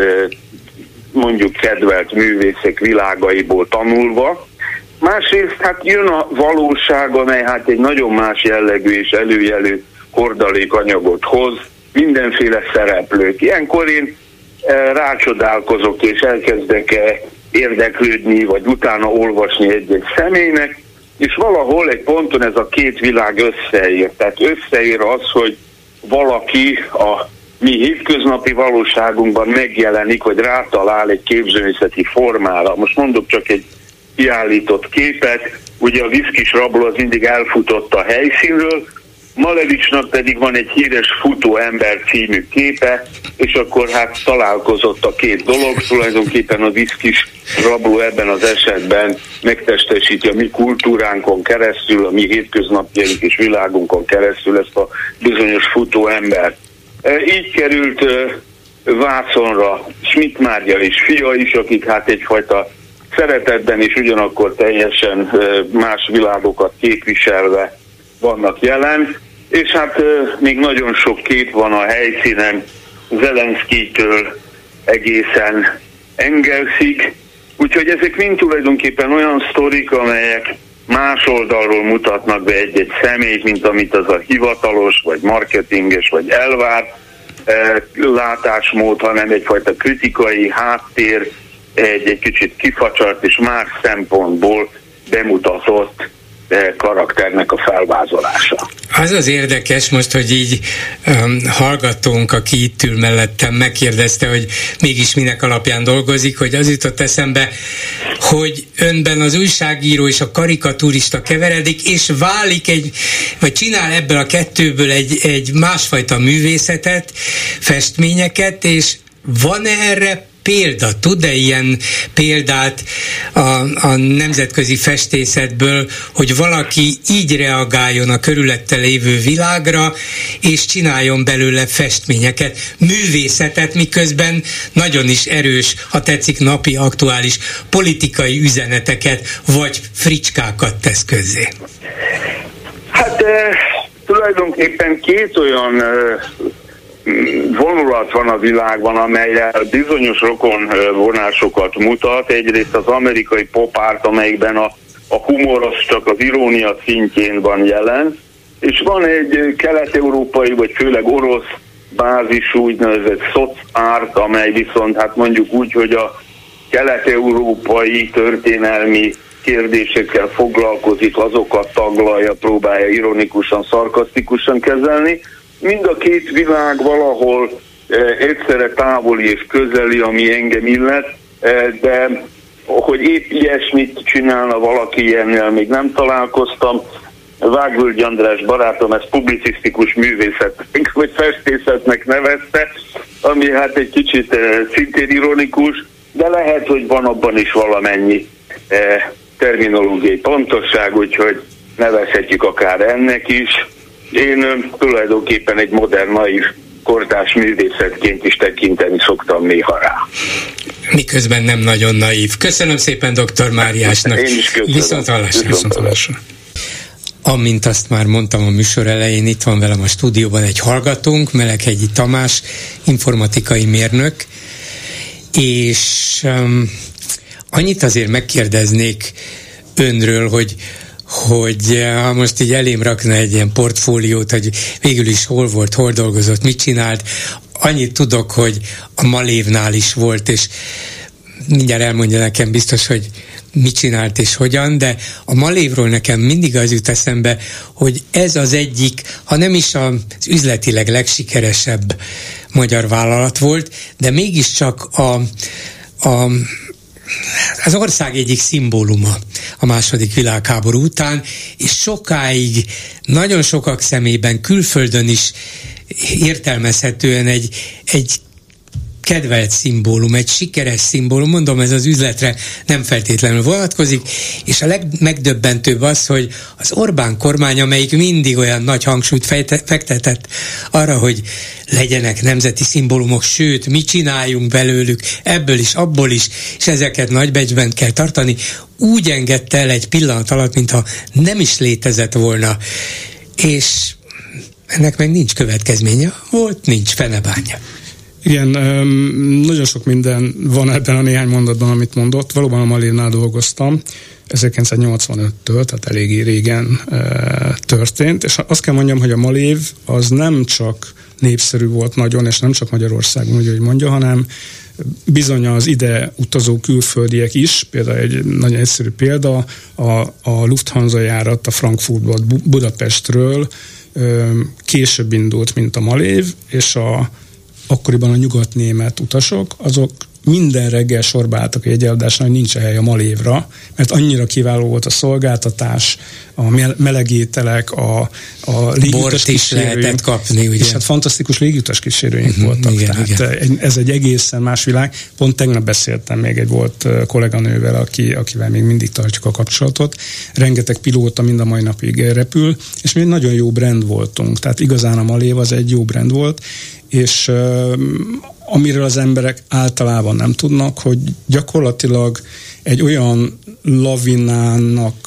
mondjuk kedvelt művészek világaiból tanulva. Másrészt hát jön a valóság, amely hát egy nagyon más jellegű és előjelű hordalékanyagot hoz, mindenféle szereplők. Ilyenkor én rácsodálkozok és elkezdek érdeklődni, vagy utána olvasni egy-egy személynek, és valahol egy ponton ez a 2 világ összeér. Tehát összeér az, hogy valaki a mi hétköznapi valóságunkban megjelenik, hogy rátalál egy képzőművészeti formára. Most mondok csak egy kiállított képet, ugye a Viszkis rabló az mindig elfutott a helyszínről, Malevicsnak pedig van egy híres Futó ember című képe, és akkor hát találkozott a 2 dolog, tulajdonképpen a Viszkis rabló ebben az esetben megtestesíti a mi kultúránkon keresztül, a mi hétköznapjaink és világunkon keresztül ezt a bizonyos Futó embert. Így került vászonra Schmidt Mária és fia is, akik hát egyfajta szeretetben és ugyanakkor teljesen más világokat képviselve vannak jelen. és hát még nagyon sok kép van a helyszínen, Zelenszkijtől egészen Engelsig, úgyhogy ezek mind tulajdonképpen olyan sztorik, amelyek más oldalról mutatnak be egy-egy személyt, mint amit az a hivatalos, vagy marketinges, vagy elvárt látásmód, hanem egyfajta kritikai háttér, egy kicsit kifacsart és más szempontból bemutatott karakternek a felvázolása. Az az érdekes most, hogy így hallgatónk, aki itt ül mellettem, megkérdezte, hogy mégis minek alapján dolgozik, hogy az jutott eszembe, hogy önben az újságíró és a karikaturista keveredik, és válik vagy csinál ebből a kettőből egy másfajta művészetet, festményeket, és van-e erre példa? Tud-e ilyen példát a nemzetközi festészetből, hogy valaki így reagáljon a körülötte lévő világra, és csináljon belőle festményeket, művészetet, miközben nagyon is erős, ha tetszik, napi, aktuális politikai üzeneteket, vagy fricskákat tesz közzé? Hát tulajdonképpen két olyan vonulat van a világban, amelyel bizonyos rokonvonásokat mutat. Egyrészt az amerikai popárt, amelyikben a humor az csak az irónia szintjén van jelen, és van egy kelet-európai, vagy főleg orosz bázisú úgynevezett szocárt, amely viszont hát mondjuk úgy, hogy a kelet-európai történelmi kérdésekkel foglalkozik, azokat taglalja, próbálja ironikusan, szarkasztikusan kezelni. Mind a két világ valahol egyszerre távoli és közeli, ami engem illet, de hogy épp ilyesmit csinálna valaki, ilyennel még nem találkoztam. Vágvölgyi András barátom ezt publicisztikus művészetnek vagy festészetnek nevezte, ami hát egy kicsit szintén ironikus, de lehet, hogy van abban is valamennyi terminológiai pontosság, úgyhogy nevezhetjük akár ennek is. Én tulajdonképpen egy modern, naív, kortárs művészetként is tekinteni szoktam néha rá. Miközben nem nagyon naív. Köszönöm szépen dr. Máriásnak. Én is köszönöm. Viszonthallásra. Amint azt már mondtam a műsor elején, itt van velem a stúdióban egy hallgatónk, Meleghegyi Tamás, informatikai mérnök, és annyit azért megkérdeznék önről, hogy ha most így elém rakna egy ilyen portfóliót, hogy végül is hol volt, hol dolgozott, mit csinált. Annyit tudok, hogy a Malévnál is volt, és mindjárt elmondja nekem biztos, hogy mit csinált és hogyan, de a Malévról nekem mindig az jut eszembe, hogy ez az egyik, ha nem is az üzletileg legsikeresebb magyar vállalat volt, de mégiscsak az ország egyik szimbóluma a második világháború után, és sokáig nagyon sokak szemében külföldön is értelmezhetően egy kedvelt szimbólum, egy sikeres szimbólum, mondom, ez az üzletre nem feltétlenül vonatkozik, és a legmegdöbbentőbb az, hogy az Orbán kormány, amelyik mindig olyan nagy hangsúlyt fektetett arra, hogy legyenek nemzeti szimbólumok, sőt, mi csináljunk belőlük, ebből is, abból is, és ezeket nagybecsben kell tartani, úgy engedte el egy pillanat alatt, mintha nem is létezett volna, és ennek meg nincs következménye, volt, nincs fenebánya. Igen, nagyon sok minden van ebben a néhány mondatban, amit mondott. Valóban a Malévnál dolgoztam, 1985-től, tehát eléggé régen történt, és azt kell mondjam, hogy a Malév az nem csak népszerű volt nagyon, és nem csak Magyarországon, úgy, hogy mondja, hanem bizony az ide utazó külföldiek is, például egy nagyon egyszerű példa, a Lufthansa járat a Frankfurtból, Budapestről később indult, mint a Malév, és akkoriban a nyugatnémet utasok, azok minden reggel sorba álltak egy jegyeladásnál, hogy nincs hely a Malévra, mert annyira kiváló volt a szolgáltatás, a melegételek, a légiutas kísérőink. Lehetett kapni, ugye? És hát fantasztikus légiutas kísérőink voltak. Igen, tehát igen. Ez egy egészen más világ. Pont tegnap beszéltem még egy volt kolléganővel, akivel még mindig tartjuk a kapcsolatot. Rengeteg pilóta mind a mai napig repül, és mi egy nagyon jó brand voltunk. Tehát igazán a Malév az egy jó brand volt, és amiről az emberek általában nem tudnak, hogy gyakorlatilag egy olyan lavinának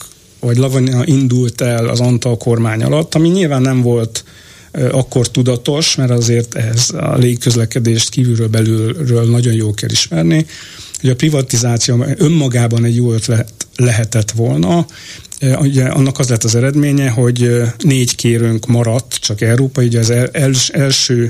lavina indult el az Antal kormány alatt, ami nyilván nem volt akkor tudatos, mert azért ez a légiközlekedést kívülről belülről nagyon jól kell ismerni, hogy a privatizáció önmagában egy jó ötlet lehetett volna. Ugye annak az lett az eredménye, hogy 4 kérőnk maradt, csak Európa, ugye az első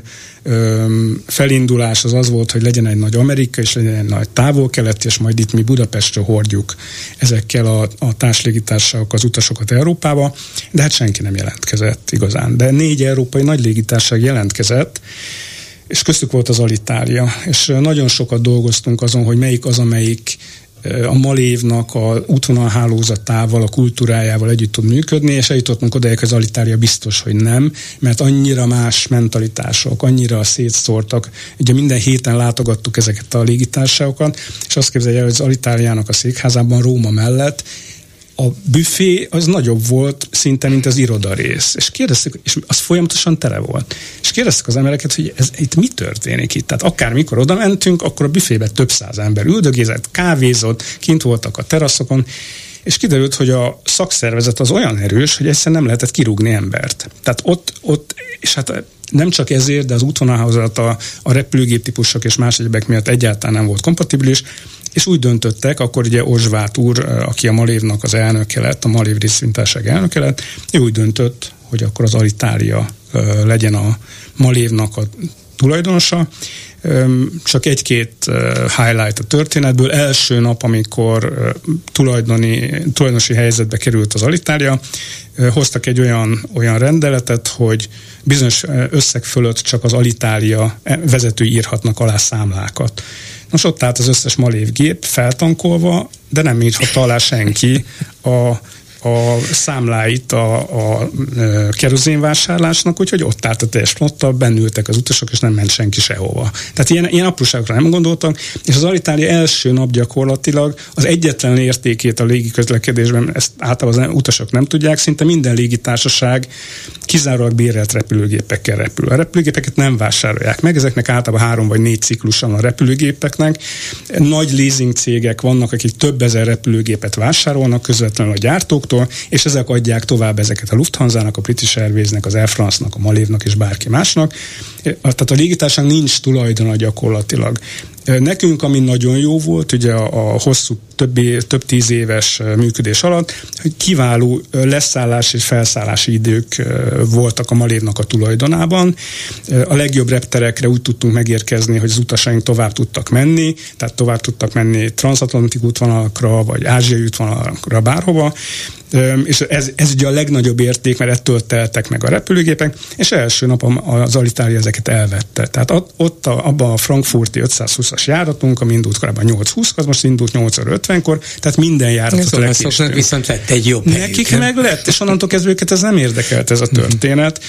felindulás az volt, hogy legyen egy nagy Amerika, és legyen egy nagy távol-kelet, és majd itt mi Budapestről hordjuk ezekkel a társlégitársaságok az utasokat Európába, de hát senki nem jelentkezett igazán. De 4 európai nagy légitársaság jelentkezett, és köztük volt az Alitalia, és nagyon sokat dolgoztunk azon, hogy melyik az, amelyik a Malévnak a útvonalhálózatával, a kultúrájával együtt tud működni, és eljutottunk odaig, hogy az Alitalia biztos, hogy nem, mert annyira más mentalitások, annyira szétszórtak. Ugye minden héten látogattuk ezeket a légitársaságokat, és azt képzelje el, hogy az Alitaliának a székházában Róma mellett a büfé az nagyobb volt szinte, mint az irodarész. És kérdeztük, és az folyamatosan tele volt. És kérdeztük az embereket, hogy itt mi történik itt. Tehát akármikor oda mentünk, akkor a büfébe több száz ember üldögézett, kávézott, kint voltak a teraszokon, és kiderült, hogy a szakszervezet az olyan erős, hogy egyszerűen nem lehetett kirúgni embert. Tehát ott és hát nem csak ezért, de az útvonalhálózat a repülőgép típusok és más egyebek miatt egyáltalán nem volt kompatibilis, és úgy döntöttek, akkor ugye Ozsvát úr, aki a Malévnak az elnöke lett, a Malév részvénytársaság elnöke lett, ő úgy döntött, hogy akkor az Alitalia legyen a Malévnak a tulajdonosa. Csak egy-két highlight a történetből. Első nap, amikor tulajdonosi helyzetbe került az Alitalia, hoztak egy olyan rendeletet, hogy bizonyos összeg fölött csak az Alitalia vezetői írhatnak alá számlákat. Most ott állt az összes Malév gép feltankolva, de nem írhatta alá senki a számláit a kerozénvásárlásnak, úgyhogy ott állt a teljes flotta, bennültek az utasok, és nem ment senki sehova. Tehát ilyen apróságokra nem gondoltak, és az Alitalia első nap gyakorlatilag az egyetlen értékét a légiközlekedésben, ezt általában az utasok nem tudják, szinte minden légitársaság kizárólag bérelt repülőgépekkel repül. A repülőgépeket nem vásárolják meg, ezeknek általában 3 vagy 4 ciklusan a repülőgépeknek. Nagy leasing cégek vannak, akik több ezer repülőgépet vásárolnak közvetlenül a gyártóktól, és ezek adják tovább ezeket a Lufthansa-nak, a British Airways-nek, az Air France-nak, a Malévnak és bárki másnak. Tehát a légitársaság nincs tulajdona gyakorlatilag. Nekünk, ami nagyon jó volt, ugye a hosszú több 10 éves működés alatt, hogy kiváló leszállás és felszállási idők voltak a Malévnak a tulajdonában. A legjobb repterekre úgy tudtunk megérkezni, hogy az utasaink tovább tudtak menni, tehát tovább tudtak menni transatlantik útvonalakra, vagy ázsiai útvonalakra, bárhova, és ez ugye a legnagyobb érték, mert ettől teltek meg a repülőgépek, és első nap az Alitalia ezeket elvette. Tehát ott abban a frankfurti 520-as járatunk, ami indult korábban 8:20, az most indult 8:50-kor, tehát minden járatot lekéstünk. Viszont lett egy jobb helyük. Nekik meg lett, és onnantól kezdve őket ez nem érdekelt ez a történet,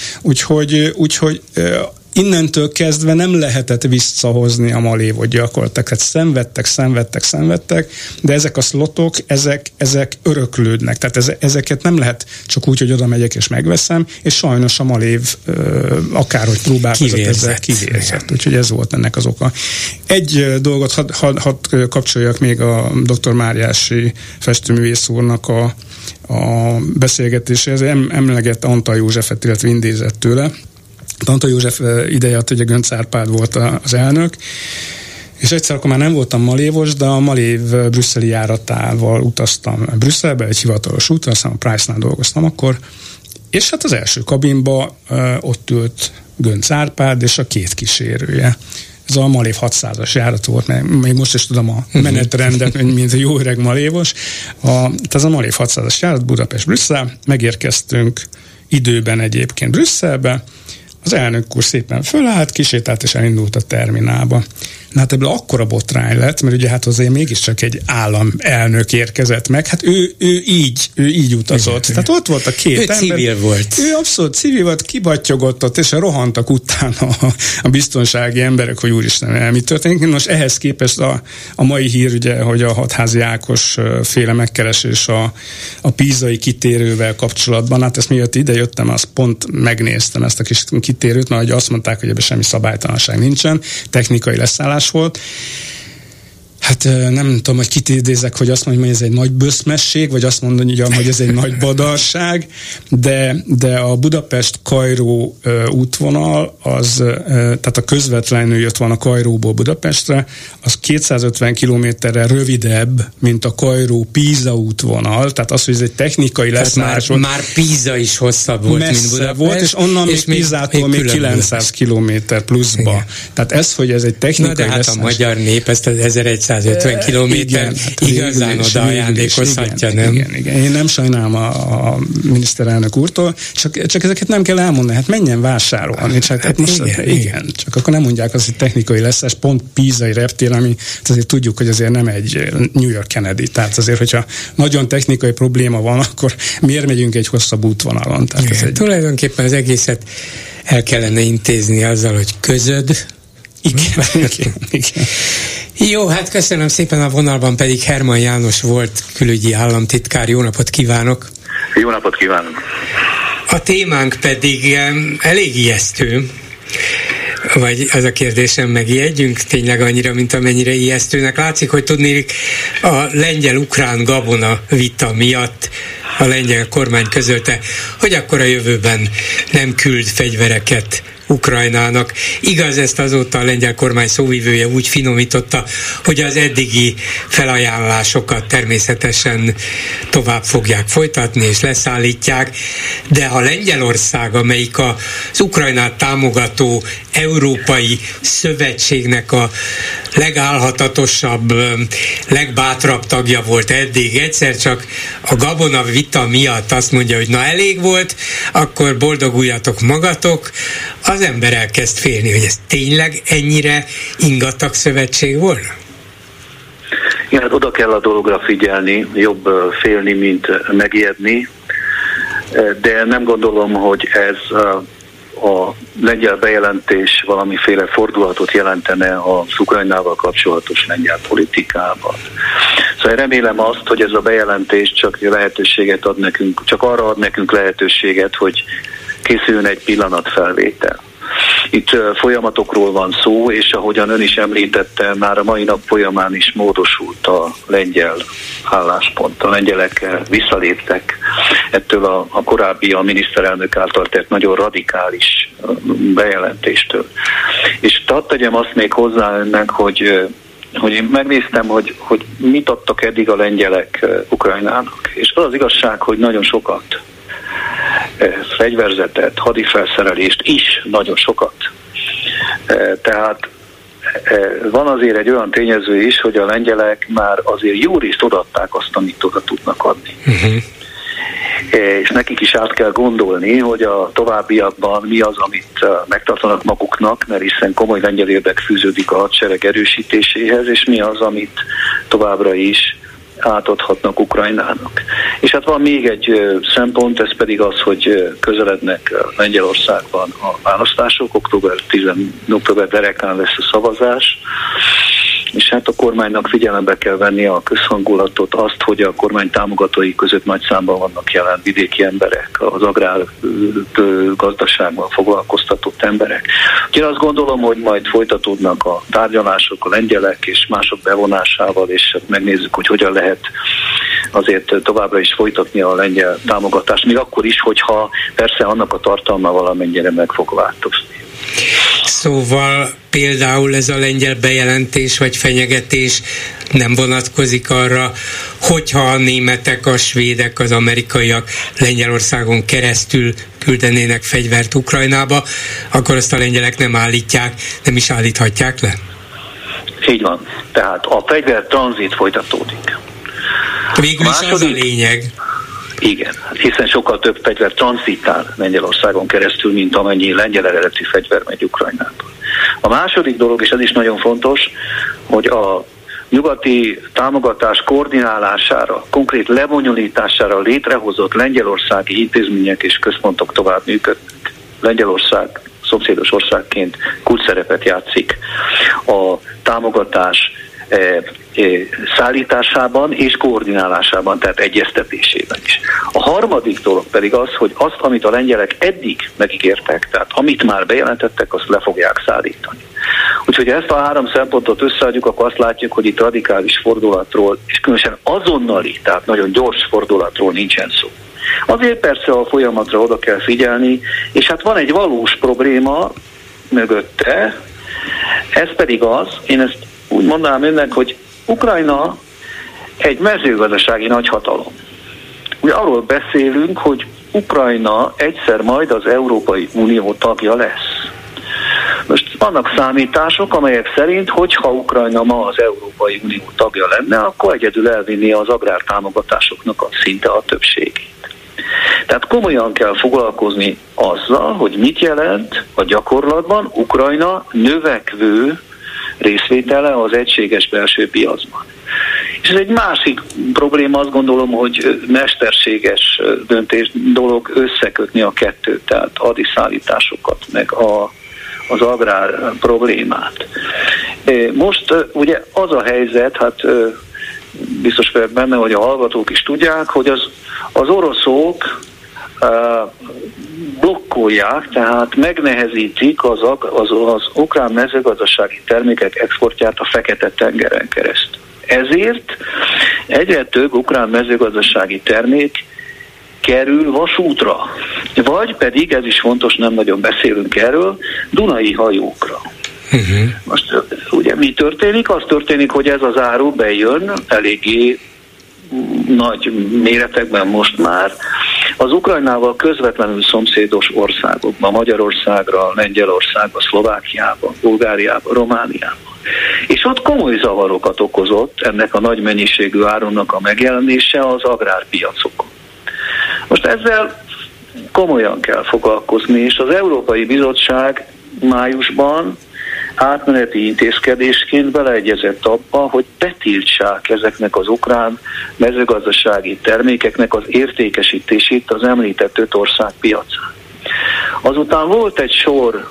úgyhogy innentől kezdve nem lehetett visszahozni a Malévot gyakorlatilag. Tehát szenvedtek, de ezek a szlotok, ezek öröklődnek. Tehát ezeket nem lehet csak úgy, hogy oda megyek és megveszem, és sajnos a Malév akárhogy próbálkozott, ezzel kivérzett. Úgyhogy ez volt ennek az oka. Egy dolgot hadd kapcsoljak még a dr. Máriási festőművész úrnak a beszélgetéséhez. Emlegette Antal Józsefet, illetve idézett tőle. Antal József ideje alatt ugye Göncz Árpád volt az elnök, és egyszer akkor már nem voltam malévos, de a Malév brüsszeli járatával utaztam Brüsszelbe, egy hivatalos útra, aztán a Price-nál dolgoztam akkor, és hát az első kabinba ott ült Göncz Árpád és a 2 kísérője. Ez a Malév 600-as járat volt, mert még most is tudom a menetrendet, mint a jó öreg malévos. Ez a Malév 600-as járat, Budapest-Brüsszel, megérkeztünk időben egyébként Brüsszelbe, az elnök úr szépen fölállt, kisétált és elindult a terminálba. Na hát ebből akkora botrány lett, mert ugye hát azért mégiscsak egy államelnök érkezett meg, hát ő így utazott. Igen. Tehát ott volt a 2 ember. Civil volt. Ő abszolút civil volt, kibattyogott ott, és rohantak utána a biztonsági emberek, hogy úristen, mi történik. Most ehhez képest a mai hír, ugye, hogy a Hatházi Ákos féle megkeresés a pízai kitérővel kapcsolatban, hát ezt miatt ide jöttem, azt pont megnéztem ezt a kis kitérőt, mert azt mondták, hogy ebben semmi szabálytalanság nincsen, technikai leszállás volt. Hát nem tudom, hogy kit idézek, hogy azt mondjam, hogy ez egy nagy böszmesség, vagy azt mondjam, hogy ez egy nagy badarság, de a Budapest-Kairó útvonal, az, tehát a közvetlenül jött van a Kairóból Budapestre, az 250 kilométerrel rövidebb, mint a Kairó-Píza útvonal, tehát az, hogy ez egy technikai lesz már Píza is hosszabb volt, mint Budapest. Volt, és onnan még Pízától még 900 kilométer pluszba. Igen. Tehát ez, hogy ez egy technikai lesz. De hát a magyar nép ezt az 1150 kilométer igazán oda ajándékozhatja, nem? Igen. Én nem sajnálom a miniszterelnök úrtól, csak ezeket nem kell elmondani, hát menjen vásárolni. Csak, hát most, igen, csak akkor nem mondják az, hogy technikai lesz, ez pont pízai reptér, ami azért tudjuk, hogy azért nem egy New York Kennedy. Tehát azért, hogyha nagyon technikai probléma van, akkor miért megyünk egy hosszabb útvonalon? Tehát ez tulajdonképpen az egészet el kellene intézni azzal, hogy közöd. Igen. Jó, hát köszönöm szépen, a vonalban pedig Herman János volt külügyi államtitkár. Jó napot kívánok! Jó napot kívánok! A témánk pedig elég ijesztő, vagy az a kérdésem, megijedjünk tényleg annyira, mint amennyire ijesztőnek látszik, hogy tudnék a lengyel-ukrán gabona vita miatt a lengyel kormány közölte, hogy akkor a jövőben nem küld fegyvereket Ukrajnának. Igaz, ezt azóta a lengyel kormány szóvivője úgy finomította, hogy az eddigi felajánlásokat természetesen tovább fogják folytatni és leszállítják, de ha Lengyelország, amelyik az Ukrajnát támogató Európai Szövetségnek a legálhatatosabb, legbátrabb tagja volt eddig, egyszer csak a gabona vita miatt azt mondja, hogy na elég volt, akkor boldoguljatok magatok, az ember elkezd félni, hogy ez tényleg ennyire ingatag szövetség volna? Igen, hát oda kell a dologra figyelni, jobb félni, mint megijedni, de nem gondolom, hogy ez a lengyel bejelentés valamiféle fordulatot jelentene az Ukrajnával kapcsolatos lengyel politikában. Szóval remélem azt, hogy ez a bejelentés csak lehetőséget ad nekünk, csak arra ad nekünk lehetőséget, hogy készüljön egy pillanatfelvétel. Itt folyamatokról van szó, és ahogyan ön is említette, már a mai nap folyamán is módosult a lengyel álláspont. A lengyelek visszaléptek ettől a korábbi a miniszterelnök által tett nagyon radikális bejelentéstől. És hadd tegyem azt még hozzá önnek, hogy én megnéztem, hogy mit adtak eddig a lengyelek Ukrajnának. És az igazság, hogy nagyon sokat. Fegyverzetet, hadifelszerelést is nagyon sokat. Tehát van azért egy olyan tényező is, hogy a lengyelek már azért jó részt odaadták azt, amit oda tudnak adni. És nekik is át kell gondolni, hogy a továbbiakban mi az, amit megtartanak maguknak, mert hiszen komoly lengyel érdek fűződik a hadsereg erősítéséhez, és mi az, amit továbbra is átadhatnak Ukrajnának. És hát van még egy szempont, ez pedig az, hogy közelednek Lengyelországban a választások, október derekán lesz a szavazás, és hát a kormánynak figyelembe kell venni a közhangulatot, azt, hogy a kormány támogatói között nagy számban vannak jelen vidéki emberek, az agrár gazdaságban foglalkoztatott emberek. Én azt gondolom, hogy majd folytatódnak a tárgyalások a lengyelek és mások bevonásával, és megnézzük, hogy hogyan lehet azért továbbra is folytatni a lengyel támogatást, még akkor is, hogyha persze annak a tartalma valamennyire meg fog változni. Szóval például ez a lengyel bejelentés vagy fenyegetés nem vonatkozik arra, hogyha a németek, a svédek, az amerikaiak Lengyelországon keresztül küldenének fegyvert Ukrajnába, akkor azt a lengyelek nem állítják, nem is állíthatják le? Így van. Tehát a fegyver tranzit folytatódik. Végül is az a lényeg. Igen, hiszen sokkal több fegyver tranzitál Lengyelországon keresztül, mint amennyi lengyel eredetű fegyver megy Ukrajnába. A második dolog, és ez is nagyon fontos, hogy a nyugati támogatás koordinálására, konkrét lebonyolítására létrehozott lengyelországi intézmények és központok tovább működnek. Lengyelország szomszédos országként kulcsszerepet játszik a támogatás szállításában és koordinálásában, tehát egyeztetésében is. A harmadik dolog pedig az, hogy azt, amit a lengyelek eddig megígértek, tehát amit már bejelentettek, azt le fogják szállítani. Úgyhogy ezt a 3 szempontot összeadjuk, akkor azt látjuk, hogy itt radikális fordulatról, és különösen azonnali, tehát nagyon gyors fordulatról nincsen szó. Azért persze a folyamatra oda kell figyelni, és hát van egy valós probléma mögötte, ez pedig az, én ezt úgy mondanám önnek, hogy Ukrajna egy mezőgazdasági nagyhatalom. Ugye arról beszélünk, hogy Ukrajna egyszer majd az Európai Unió tagja lesz. Most vannak számítások, amelyek szerint, hogyha Ukrajna ma az Európai Unió tagja lenne, akkor egyedül elvinné az agrártámogatásoknak a szinte a többségét. Tehát komolyan kell foglalkozni azzal, hogy mit jelent a gyakorlatban Ukrajna növekvő részvétele az egységes belső piacban. És ez egy másik probléma, azt gondolom, hogy mesterséges döntés dolog összekötni a kettőt, tehát adiszállításokat, meg az agrár problémát. Most ugye az a helyzet, hát biztos vagyok benne, hogy a hallgatók is tudják, hogy az oroszok blokkolják, tehát megnehezítik az ukrán mezőgazdasági termékek exportját a Fekete-tengeren keresztül. Ezért egyre több ukrán mezőgazdasági termék kerül vasútra, vagy pedig, ez is fontos, nem nagyon beszélünk erről, dunai hajókra. Most ugye mi történik? Az történik, hogy ez az áru bejön eléggé nagy méretekben most már az Ukrajnával közvetlenül szomszédos országokban, Magyarországra, Lengyelországba, Szlovákiába, Bulgáriába, Romániába. És ott komoly zavarokat okozott ennek a nagy mennyiségű árunak a megjelenése az agrárpiacokon. Most ezzel komolyan kell foglalkozni, és az Európai Bizottság májusban átmeneti intézkedésként beleegyezett abba, hogy betiltsák ezeknek az ukrán mezőgazdasági termékeknek az értékesítését az említett 5 ország piacán. Azután volt egy sor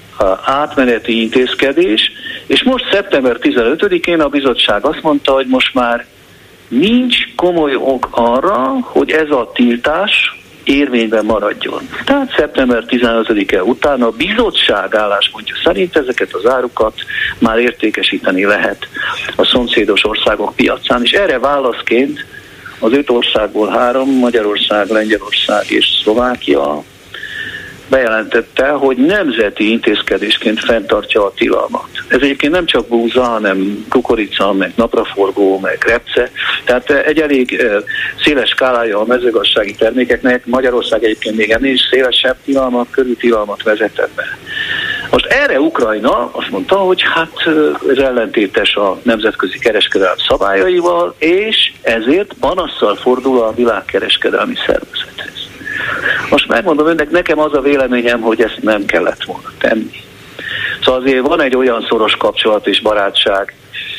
átmeneti intézkedés, és most szeptember 15-én a bizottság azt mondta, hogy most már nincs komoly ok arra, hogy ez a tiltás érvényben maradjon. Tehát szeptember 15-e után a bizottság álláspontja szerint ezeket az árukat már értékesíteni lehet a szomszédos országok piacán, és erre válaszként az 5 országból 3, Magyarország, Lengyelország és Szlovákia bejelentette, hogy nemzeti intézkedésként fenntartja a tilalmat. Ez egyébként nem csak búza, hanem kukorica, meg napraforgó, meg repce. Tehát egy elég széles skálája a mezőgazdasági termékeknek. Magyarország egyébként még ennél is szélesebb tilalmat, körültilalmat vezetett be. Most erre Ukrajna azt mondta, hogy hát ez ellentétes a nemzetközi kereskedelem szabályaival, és ezért panasszal fordul a világkereskedelmi szervezethez. Most megmondom önnek, nekem az a véleményem, hogy ezt nem kellett volna tenni. Szóval azért van egy olyan szoros kapcsolat és barátság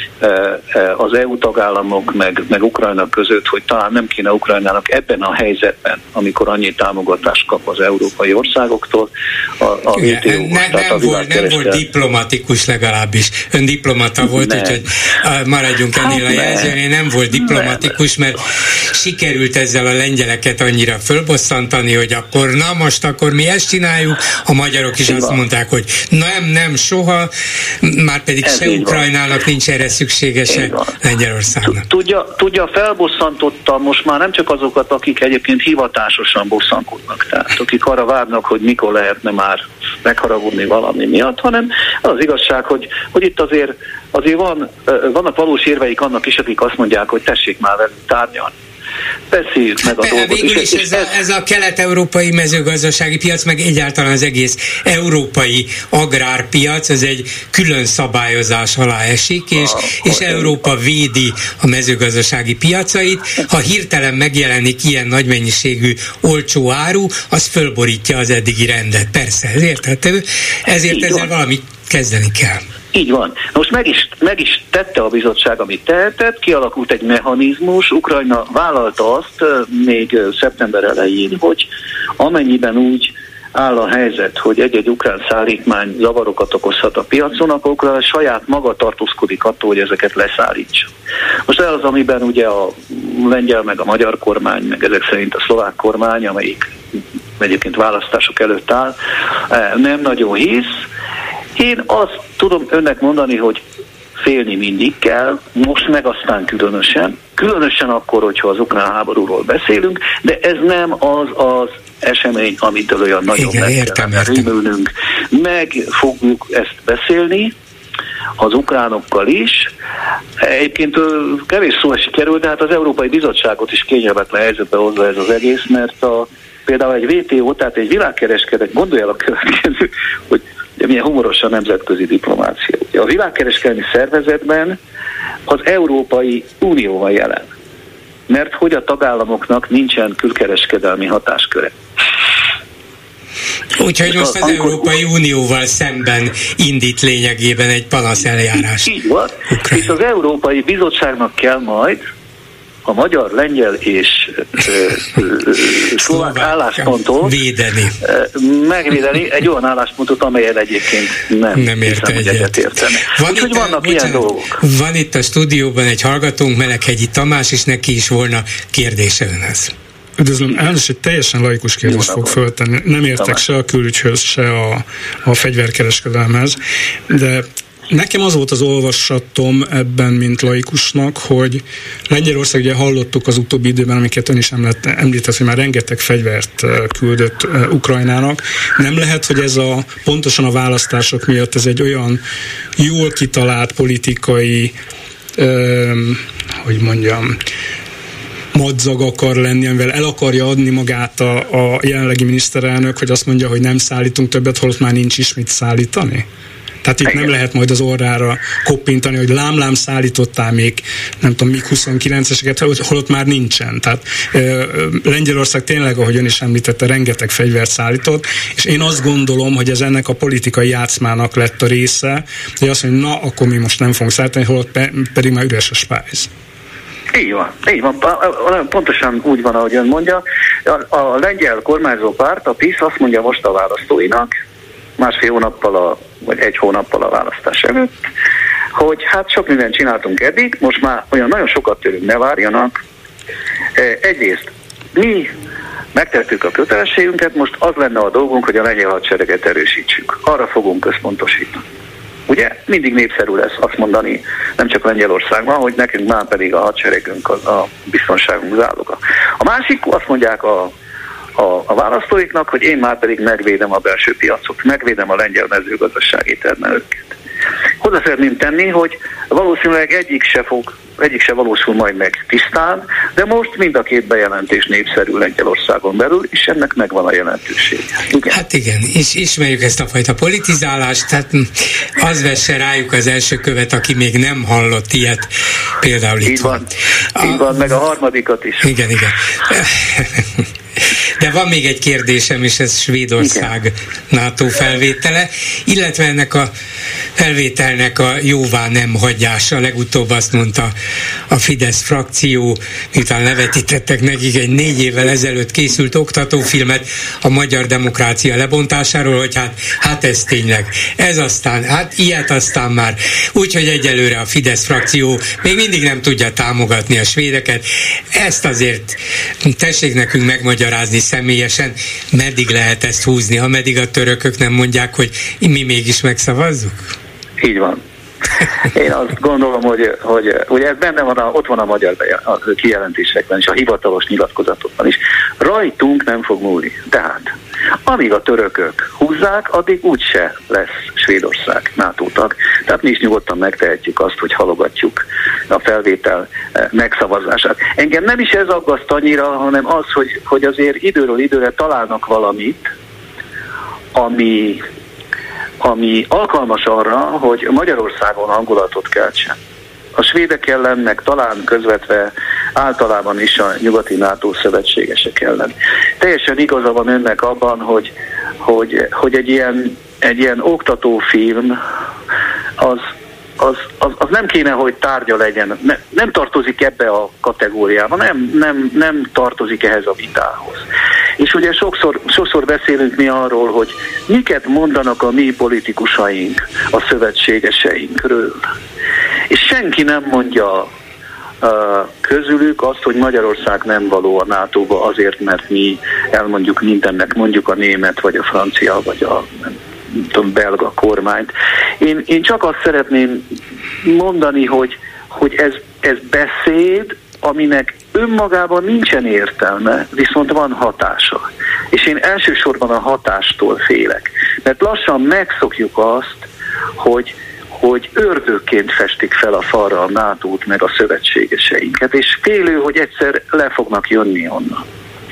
az EU tagállamok meg Ukrajna között, hogy talán nem kéne Ukrajnának ebben a helyzetben, amikor annyi támogatást kap az európai országoktól, a WTO-hoz. Nem volt diplomatikus legalábbis. Ön diplomata volt, úgyhogy maradjunk ennél a jelzőnél. Nem volt diplomatikus, mert sikerült ezzel a lengyeleket annyira fölbosszantani, hogy akkor akkor mi ezt csináljuk. A magyarok is azt mondták, hogy nem, soha, már pedig se Ukrajnának nincs erre szükséges Lengyelországnak. Tudja, felbosszantottam most már nem csak azokat, akik egyébként hivatásosan bosszankodnak, tehát akik arra várnak, hogy mikor lehetne már megharagudni valami miatt, hanem az igazság, hogy itt azért vannak valós érveik annak is, akik azt mondják, hogy tessék már velünk tárgyalni. Beszéljük meg a dolgot. Végül is ez a kelet-európai mezőgazdasági piac, meg egyáltalán az egész európai agrárpiac, ez egy külön szabályozás alá esik, és Európa védi a mezőgazdasági piacait. Ha hirtelen megjelenik ilyen nagy mennyiségű olcsó áru, az fölborítja az eddigi rendet. Persze, ez érthető. Ezért ezzel valamit kezdeni kell. Így van. Most meg is tette a bizottság, amit tehetett, kialakult egy mechanizmus, Ukrajna vállalta azt még szeptember elején, hogy amennyiben úgy áll a helyzet, hogy egy-egy ukrán szállítmány zavarokat okozhat a piacon, akkor Ukrajna saját maga tartózkodik attól, hogy ezeket leszállítsa. Most ez az, amiben ugye a lengyel, meg a magyar kormány, meg ezek szerint a szlovák kormány, amelyik egyébként választások előtt áll, nem nagyon hisz, Én azt tudom önnek mondani, hogy félni mindig kell, most meg aztán különösen akkor, hogyha az ukrán háborúról beszélünk, de ez nem az esemény, amitől olyan nagyon meg kell rémülnünk. Meg fogjuk ezt beszélni az ukránokkal is. Egyébként kevés szó esik erről, de hát az Európai Bizottságot is kényelmetlen helyzetbe hozza ez az egész, mert például egy WTO, tehát egy világkereskedelmi, gondolj el a következő, hogy milyen humoros a nemzetközi diplomácia. A világkereskedelmi szervezetben az Európai Unió van jelen, mert hogy a tagállamoknak nincsen külkereskedelmi hatásköre. Úgyhogy most az Európai Unióval szemben indít lényegében egy panaszeljárást. Így van, és az Európai Bizottságnak kell majd a magyar, lengyel és szlovák állásponttól megvédeni egy olyan álláspontot, amelyen egyébként nem érte egyet. Úgyhogy vannak ilyen dolgok. Van itt a stúdióban egy hallgatónk, Meleghegyi Tamás, és neki is volna kérdése önhez. Üdvözlöm, elnézést, egy teljesen laikus kérdést fog föltenni. Nem értek se a külügyhöz, se a fegyverkereskedelmhez, de nekem az volt az olvasatom ebben, mint laikusnak, hogy Lengyelország, ugye hallottuk az utóbbi időben, amiket ön is említett, hogy már rengeteg fegyvert küldött Ukrajnának. Nem lehet, hogy ez pontosan a választások miatt ez egy olyan jól kitalált politikai, madzag akar lenni, amivel el akarja adni magát a jelenlegi miniszterelnök, hogy azt mondja, hogy nem szállítunk többet, holott már nincs is mit szállítani? Tehát itt nem lehet majd az orrára koppintani, hogy lám szállítottál még, nem tudom, MiG-29-eseket, holott már nincsen. Tehát Lengyelország tényleg, ahogy ön is említette, rengeteg fegyvert szállított, és én azt gondolom, hogy ez ennek a politikai játszmának lett a része, hogy azt mondja, na, akkor mi most nem fogunk szállítani, holott pedig már üres a spájz. Így van. Pontosan úgy van, ahogy ön mondja. A lengyel kormányzó párt, a PiS azt mondja most a választóinak, másfél hónappal vagy egy hónappal a választás előtt, hogy hát sok mindent csináltunk eddig, most már olyan nagyon sokat tőlünk ne várjanak. Egyrészt mi megtettük a kötelességünket, most az lenne a dolgunk, hogy a lengyel hadsereget erősítsük. Arra fogunk központosítani. Ugye mindig népszerű lesz azt mondani, nem csak Lengyelországban, hogy nekünk már pedig a hadseregünk a biztonságunk záloga. A másik, azt mondják a választóiknak, hogy én már pedig megvédem a belső piacot, megvédem a lengyel mezőgazdasági termelőket. Hozzá szeretném tenni, hogy valószínűleg egyik se valósul majd meg tisztán, de most mind a két bejelentés népszerű Lengyelországon belül, és ennek megvan a jelentősége. Igen. Hát igen, és ismerjük ezt a fajta politizálást, tehát az vesse rájuk az első követ, aki még nem hallott ilyet, például itt van. Így van, meg a harmadikat is. Igen. De van még egy kérdésem, és ez Svédország NATO felvétele, illetve ennek a felvételnek a jóvá nem hagyása. Legutóbb azt mondta a Fidesz frakció, miután levetítettek nekik egy 4 évvel ezelőtt készült oktatófilmet a magyar demokrácia lebontásáról, hogy hát ez tényleg, ez aztán, hát ilyet aztán már. Úgyhogy egyelőre a Fidesz frakció még mindig nem tudja támogatni a svédeket. Ezt azért tessék nekünk megmagyarázni személyesen, meddig lehet ezt húzni, ameddig a törökök nem mondják, hogy mi mégis megszavazzuk? Így van. Én azt gondolom, hogy ez benne van, ott van a magyar kijelentésekben és a hivatalos nyilatkozatokban is. Rajtunk nem fog múlni. Tehát, amíg a törökök húzzák, addig úgyse lesz Svédország NATO tag. Tehát mi is nyugodtan megtehetjük azt, hogy halogatjuk a felvétel megszavazását. Engem nem is ez aggaszt annyira, hanem az, hogy azért időről időre találnak valamit, ami alkalmas arra, hogy Magyarországon hangulatot keltsen. A svédek ellen, meg talán közvetve általában is a nyugati NATO szövetségesek ellen. Teljesen igaza van önnek abban, hogy egy ilyen oktatófilm az nem kéne, hogy tárgya legyen. Nem tartozik ebbe a kategóriába, nem tartozik ehhez a vitához. És ugye sokszor beszélünk mi arról, hogy miket mondanak a mi politikusaink a szövetségeseinkről. És senki nem mondja közülük azt, hogy Magyarország nem való a NATO-ba azért, mert mi elmondjuk mindennek, mondjuk a német, vagy a francia, vagy belga kormányt. Én csak azt szeretném mondani, hogy ez beszéd, aminek önmagában nincsen értelme, viszont van hatása. És én elsősorban a hatástól félek. Mert lassan megszokjuk azt, hogy ördögként festik fel a falra a NATO-t meg a szövetségeseinket, és félő, hogy egyszer le fognak jönni onnan.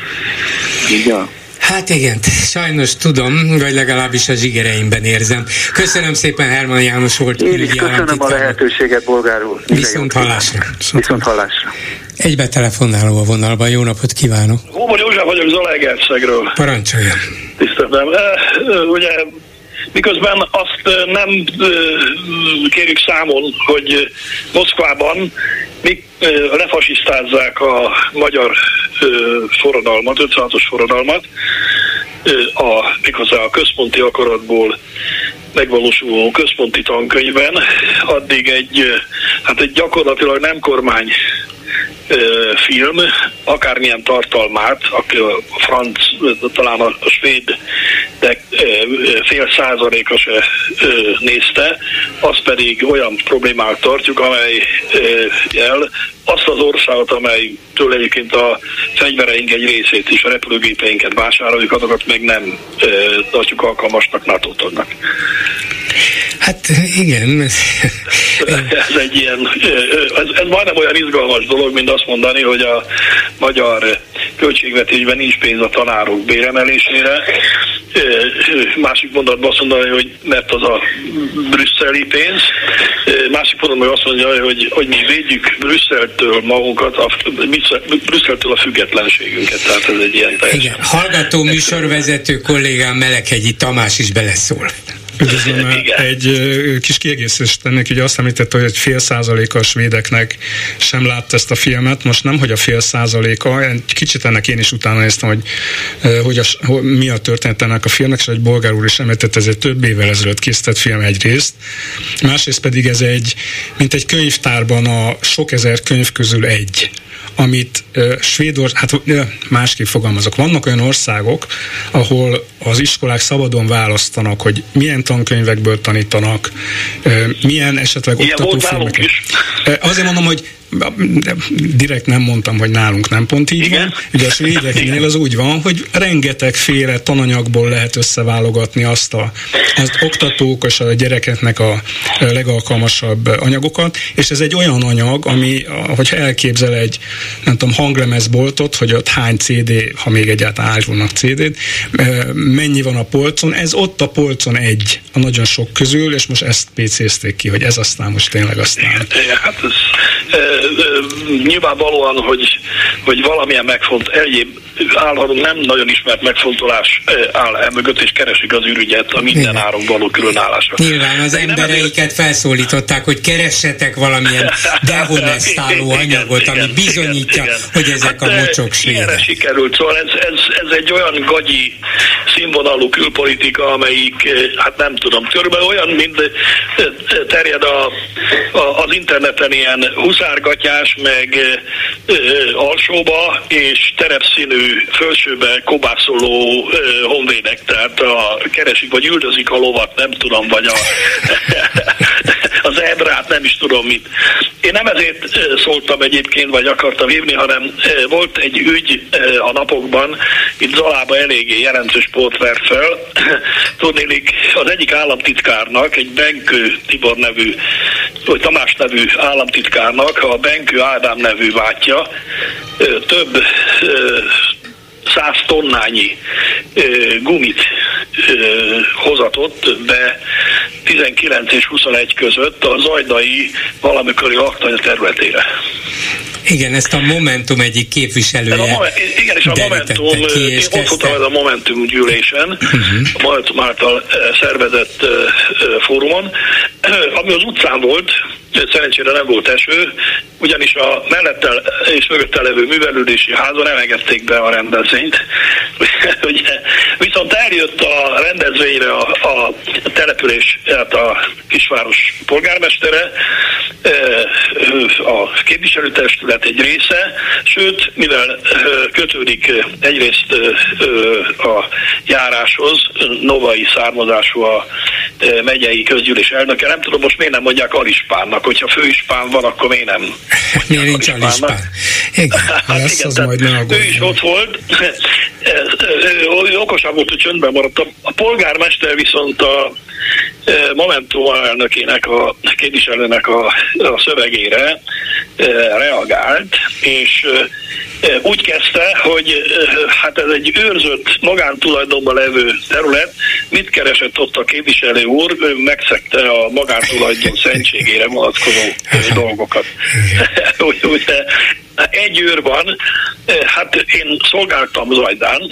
Igen. Hát igen, sajnos tudom, vagy legalábbis a zsigereimben érzem. Köszönöm szépen, Hermann János volt. Én is köszönöm a lehetőséget, Bolgár úr. Viszont hallásra. Viszont hallásra. Egy betelefonáló a vonalban, jó napot kívánok. Hóbor József vagyok Zalaegerszegről. Parancsoljon. Tiszteltem. Ugye miközben azt nem kérjük számon, hogy Moszkvában lefasisztázzák a magyar forradalmat, 56-os forradalmat, méghozzá a központi akaratból megvalósuló központi tankönyvben, addig egy gyakorlatilag nem kormány film, akármilyen tartalmát, a franc, talán a svéd, de fél százaléka se nézte, azt pedig olyan problémát tartjuk, amelyel azt az országot, amelytől egyébként a fegyvereink egy részét és a repülőgépeinket vásároljuk, azokat meg nem tartjuk alkalmasnak NATO tagnak. Hát igen. Ez egy ilyen, ez majdnem olyan izgalmas dolog, mint azt mondani, hogy a magyar költségvetésben nincs pénz a tanárok béremelésére. Másik mondatban azt mondani, hogy mert az a brüsszeli pénz. Másik mondatban azt mondja, hogy mi védjük Brüsszeltől magunkat, Brüsszeltől a függetlenségünket. Tehát ez egy ilyen teljesen... Igen. Hallgató műsorvezető kollégám Meleghegyi Tamás is beleszól. Üdvözlöm, egy kis kiegészítést tennék, ugye azt említette, hogy egy fél százaléka a svédeknek sem látta ezt a filmet, most nem, hogy a fél százaléka, egy kicsit ennek én is utána néztem, hogy mi a történet ennek a filmnek, és egy bolgár úr is említette, ez egy több évvel ezelőtt készített film egyrészt, másrészt pedig ez mint egy könyvtárban a sok ezer könyv közül egy, amit másképp fogalmazok. Vannak olyan országok, ahol az iskolák szabadon választanak, hogy milyen tankönyvekből tanítanak, milyen esetleg oktatófilmeket. Azért mondom, hogy direkt nem mondtam, hogy nálunk nem pont így van. Ugye a svédeknél az úgy van, hogy rengetegféle tananyagból lehet összeválogatni azt az oktatók és a gyerekeknek a legalkalmasabb anyagokat, és ez egy olyan anyag, ami, hogyha elképzel egy, nem tudom, hanglemezboltot, hogy ott hány CD, ha még egyáltalán árulnak CD-t, mennyi van a polcon, ez ott a polcon egy a nagyon sok közül, és most ezt PC-zték ki, hogy ez aztán most tényleg aztán. Hát ez nyilvánvalóan, hogy valamilyen egyéb állandóan nem nagyon ismert megfontolás áll el mögött, és keresik az ürügyet a minden áron való különállásra. Nyilván az embereiket felszólították, hogy keressetek valamilyen dehonestáló anyagot, ami bizonyítja, hogy ezek a mocsok svédek. Ilyenre sikerült, szóval ez egy olyan gagyi színvonalú külpolitika, amelyik, hát nem tudom, körülbelül olyan, mint terjed az interneten ilyen huszárgatyás, meg alsóba és terepszínű fölsőbe kobászoló honvédek, tehát keresik, vagy üldözik a lovat, nem tudom, vagy az ebrát, nem is tudom mit. Én nem ezért szóltam egyébként, vagy akartam hívni, hanem volt egy ügy a napokban, itt Zalában eléggé jelentős pót vert fel. Tudnélik, az egyik államtitkárnak, egy Benkő Tibor nevű, vagy Tamás nevű államtitkárnak, a Benkő Ádám nevű bátyja több 100 tonnányi gumit hozatott be 19 és 21 között a zajdai valamikori laktanya területére. Igen, ezt a Momentum egyik képviselője. Igen, és a Momentum, én ott voltam ez a Momentum gyűlésen, a Momentum által szervezett fórumon, ami az utcán volt, szerencsére nem volt eső, ugyanis a mellettel és mögöttel levő művelődési házon nem engedték be a rendezvényt. Viszont eljött a rendezvényre a település, a kisváros polgármestere, a képviselőtestület egy része, sőt, mivel kötődik egyrészt a járáshoz, novai származású a megyei közgyűlés elnöke, nem tudom, most miért nem mondják alispánnak, hogyha főispán van, akkor miért nem miért nincs alispán? Igen, hát lesz, igen, az majd ő is ott volt, okosabb volt, hogy csöndben maradt. A polgármester viszont a Momentum elnökének, a képviselőnek a szövegére reagált, és úgy kezdte, hogy hát ez egy őrzött, magántulajdonban levő terület, mit keresett ott a képviselő úr, ő megszegte a magántulajdon szentségére vonatkozó dolgokat. Ugye, egy őr van, hát én szolgáltam Zajdán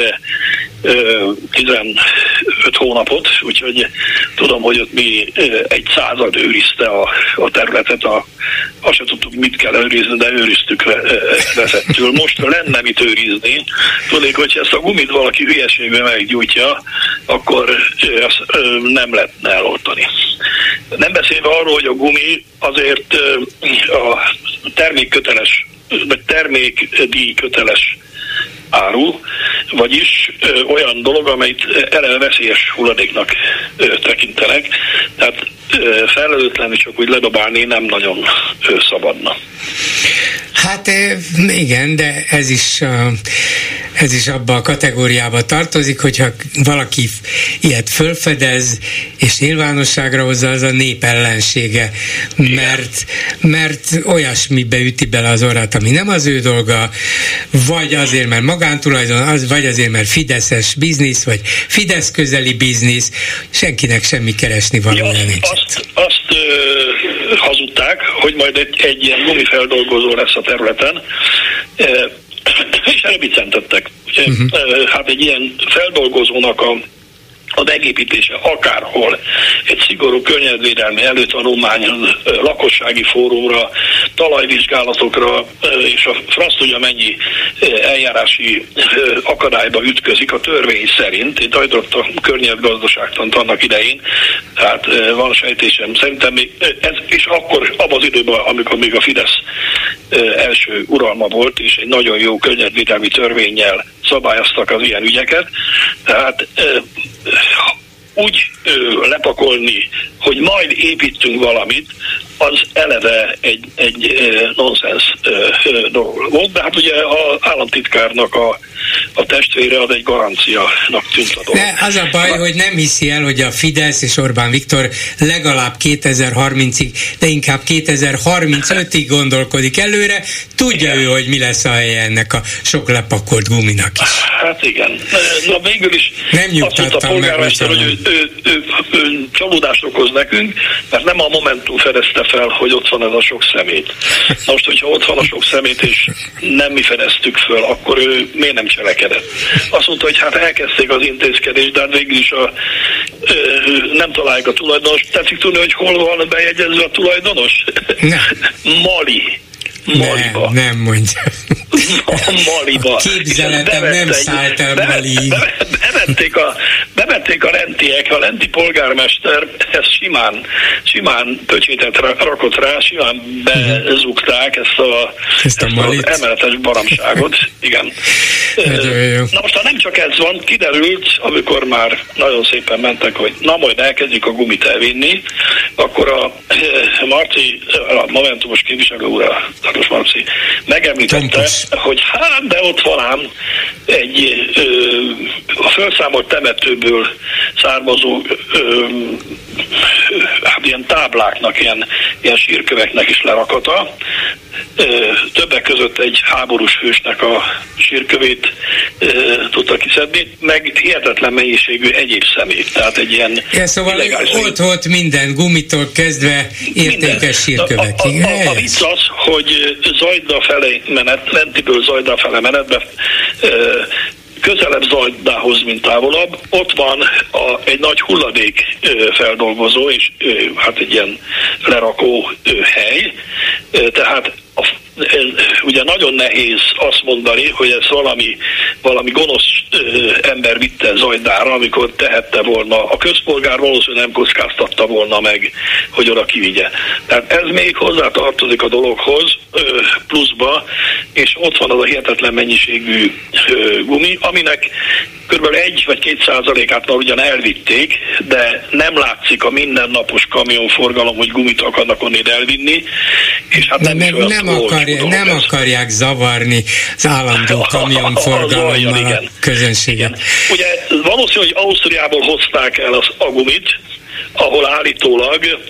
15 hónapot, úgyhogy tudom, hogy ott mi egy század őrizte a területet, azt sem tudtuk, mit kell őrizni, de őriztük veszettül. Most lenne mit őrizni. Tudnék, hogyha ezt a gumit valaki hülyeségben meggyújtja, akkor ezt nem lehetne eloltani. Nem beszélve arról, hogy a gumi azért a termékköteles, vagy termékdíj köteles áru, vagyis olyan dolog, amelyet eleve veszélyes hulladéknak tekintenek, tehát felelőtlenül csak úgy ledobálni nem nagyon szabadna. Hát igen, de ez is abba a kategóriába tartozik, hogyha valaki ilyet fölfedez, és nyilvánosságra hozza, az a nép ellensége, mert olyasmibe üti bele az orrát, ami nem az ő dolga, vagy azért, mert magántulajdon, vagy azért, mert fideszes biznisz, vagy Fidesz közeli biznisz, senkinek semmi keresni valója nincs. Azt hazudták, hogy majd egy ilyen gumifeldolgozó lesz a területen, és erre biccentettek. Hát egy ilyen feldolgozónak a megépítése akárhol, egy szigorú környezetvédelmi előtanulmányon, lakossági fórumra, talajvizsgálatokra, és a franc tudja mennyi eljárási akadályba ütközik a törvény szerint. Én tajtott a környezetgazdaságtant annak idején, tehát van sejtésem. Szerintem még ez, és akkor abban az időben, amikor még a Fidesz első uralma volt, és egy nagyon jó környezetvédelmi törvénnyel szabályoztak az ilyen ügyeket, tehát úgy lepakolni, hogy majd építünk valamit, az eleve egy nonsens dolog volt, de hát ugye az államtitkárnak a testvére az egy garanciának tűnt a dolog. De az a baj, hogy nem hiszi el, hogy a Fidesz és Orbán Viktor legalább 2030-ig, de inkább 2035-ig gondolkodik előre, tudja ő, hogy mi lesz a helye ennek a sok lepakolt guminak is. Hát igen. Na végül is nem nyugtattam azt mondta a polgármester, hogy ő csalódást okoz nekünk, mert nem a Momentum fedezte fel, hogy ott van ez a sok szemét. Most, hogyha ott van a sok szemét, és nem mi fedeztük föl, akkor ő miért nem cselekedett? Azt mondta, hogy hát elkezdték az intézkedést, de végül is nem találják a tulajdonos. Tetszik tudni, hogy hol van bejegyezve a tulajdonos? Maliba. Nem mondja. Maliba. Képzeletem nem szállt el Mali. Bevették a rentiek, a renti polgármester ezt simán pöcsétet rakott rá, simán bezugták ezt az emeletes baromságot. Igen. Na most, ha nem csak ez van, kiderült, amikor már nagyon szépen mentek, hogy na majd elkezdik a gumit elvinni, akkor a Marci, a Momentumos képviselő úr, a Marci megemlítette, hogy hát, de ott van ám egy a felszámolt temetőből származó hát ilyen tábláknak, ilyen sírköveknek is lerakata. Többek között egy háborús hősnek a sírkövét tudta kiszedni, meg hihetetlen mennyiségű egyéb szemét. Tehát egy ilyen szóval ott volt minden, gumitól kezdve értékes sírkövekig. A vicc az, hogy Zajda felé menet, Lentiből Zajda fele menetbe közelebb Zajdához, mint távolabb, ott van egy nagy hulladék feldolgozó, és hát egy ilyen lerakó hely, tehát ugye nagyon nehéz azt mondani, hogy ez valami gonosz ember vitte Zajdára, amikor tehette volna. A közpolgár valószínűleg nem kockáztatta volna meg, hogy oda kivigye. Tehát ez még hozzá tartozik a dologhoz, pluszba, és ott van az a hihetetlen mennyiségű gumi, aminek kb. 1 vagy 2%-át már ugyan elvitték, de nem látszik a mindennapos kamionforgalom, hogy gumit akarnak onnét elvinni, és hát nem akarják zavarni az állandó kamionforgalommal a közönséget. Ugye valószínű, hogy Ausztriából hozták el a gumit, ahol állítólag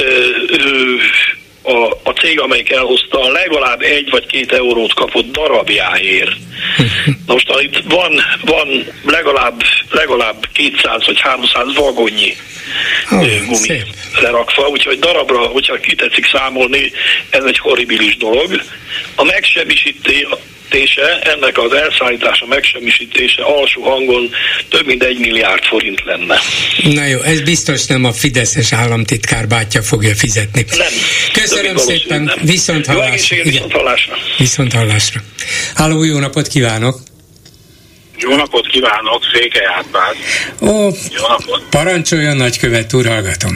a cég, amelyik elhozta, legalább 1 vagy 2 eurót kapott darabjáért. Na most itt van legalább 200 vagy 300 vagonnyi gumi lerakva, úgyhogy darabra, hogyha ki tetszik számolni, ez egy horribilis dolog. A megsemmisítése, ennek az elszállítása, megsemmisítése alsó hangon több mint 1 milliárd forint lenne. Na jó, ez biztos nem a fideszes államtitkár bátyja fogja fizetni. Nem. Köszönöm szépen, nem. Viszonthallásra. Viszonthallásra. Halló, jó napot kívánok! Jó napot kívánok, Székely Árpád. Jó napot. Parancsoljon, nagykövet úr, hallgatom.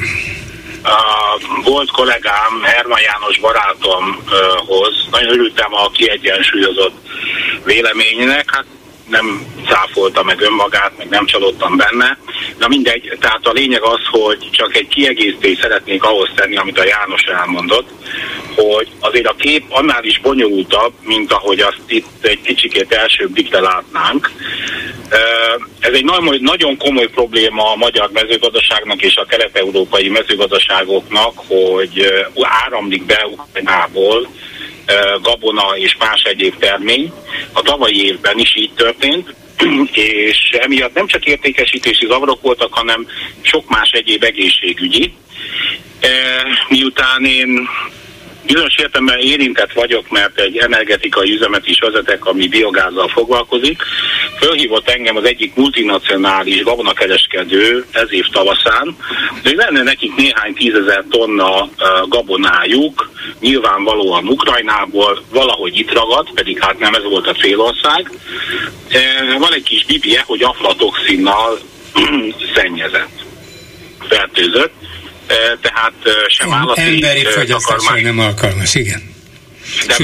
Volt kollégám, Herman János barátomhoz, nagyon örültem a kiegyensúlyozott véleménynek, hát nem cáfolta meg önmagát, meg nem csalódtam benne. Na mindegy, tehát a lényeg az, hogy csak egy kiegészítést szeretnék ahhoz tenni, amit a János elmondott, hogy azért a kép annál is bonyolultabb, mint ahogy azt itt egy kicsikét első blikre látnánk. Ez egy nagyon komoly probléma a magyar mezőgazdaságnak és a kelet-európai mezőgazdaságoknak, hogy áramlik be Ukrajnából gabona és más egyéb termény. A tavalyi évben is így történt, és emiatt nem csak értékesítési zavarok voltak, hanem sok más egyéb egészségügyi. Miután én bizonyos értelemben érintett vagyok, mert egy energetikai üzemet is vezetek, ami biogázzal foglalkozik. Fölhívott engem az egyik multinacionális gabonakereskedő ez év tavaszán, de lenne nekik néhány 10 000 tonna gabonájuk, nyilvánvalóan Ukrajnából, valahogy itt ragadt, pedig hát nem ez volt a célország. Van egy kis bibije, hogy aflatoxinnal szennyezett, fertőzött, tehát sem állati emberi fogyasztásra nem alkalmas, igen. De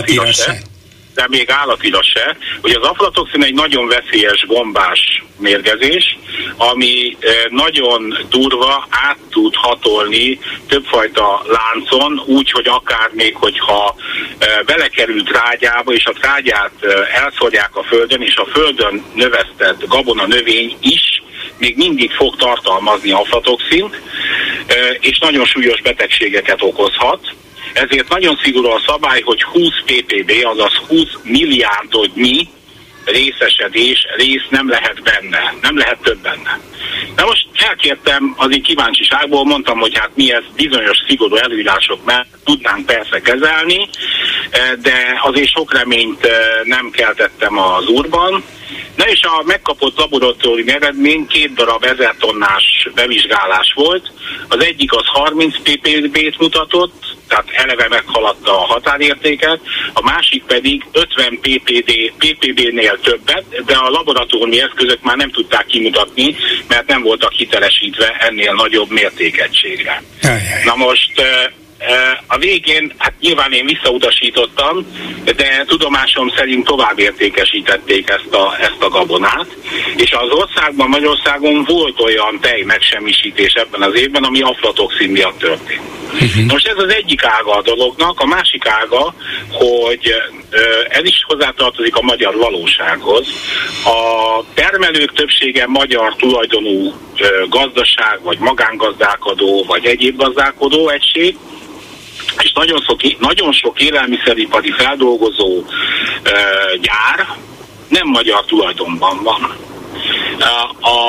még állatira se. Hogy az aflatoxin egy nagyon veszélyes gombás mérgezés, ami nagyon durva át tud hatolni többfajta láncon, úgy, hogy akár még, hogyha belekerül trágyába, és a trágyát elszórják a földön, és a földön növesztett gabona növény is még mindig fog tartalmazni aflatoxint, és nagyon súlyos betegségeket okozhat. Ezért nagyon szigorú a szabály, hogy 20 ppb, azaz 20 milliárdodnyi részesedés, rész nem lehet benne, nem lehet több benne. De most elkértem az így kíváncsiságból, mondtam, hogy hát mi ezt bizonyos szigorú előírások mellett tudnánk persze kezelni, de azért sok reményt nem keltettem az úrban. Na és a megkapott laboratóriumi eredmény 2 darab 1000 tonnás bevizsgálás volt. Az egyik az 30 ppb-t mutatott, tehát eleve meghaladta a határértéket, a másik pedig 50 ppb-nél többet, de a laboratóriumi eszközök már nem tudták kimutatni, mert nem voltak hitelesítve ennél nagyobb mértékegységre. Na most a végén, hát nyilván én visszautasítottam, de tudomásom szerint tovább értékesítették ezt a gabonát, és az országban, Magyarországon volt olyan tej megsemmisítés ebben az évben, ami aflatoxin miatt történt. Most ez az egyik ága a dolognak, a másik ága, hogy ez is hozzátartozik a magyar valósághoz. A termelők többsége magyar tulajdonú gazdaság, vagy magángazdálkodó, vagy egyéb gazdálkodó egység, és nagyon sok élelmiszeripari feldolgozó gyár nem magyar tulajdonban van.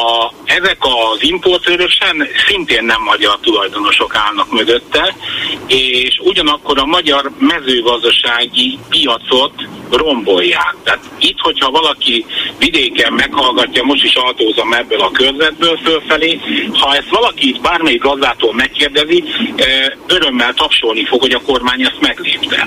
ezek az importőrök szintén nem magyar tulajdonosok állnak mögötte, és ugyanakkor a magyar mezőgazdasági piacot rombolják. Tehát itt, hogyha valaki vidéken meghallgatja, most is autózom ebből a körzetből fölfelé, ha ezt valaki bármelyik gazdától megkérdezi, örömmel tapsolni fog, hogy a kormány ezt meglépte.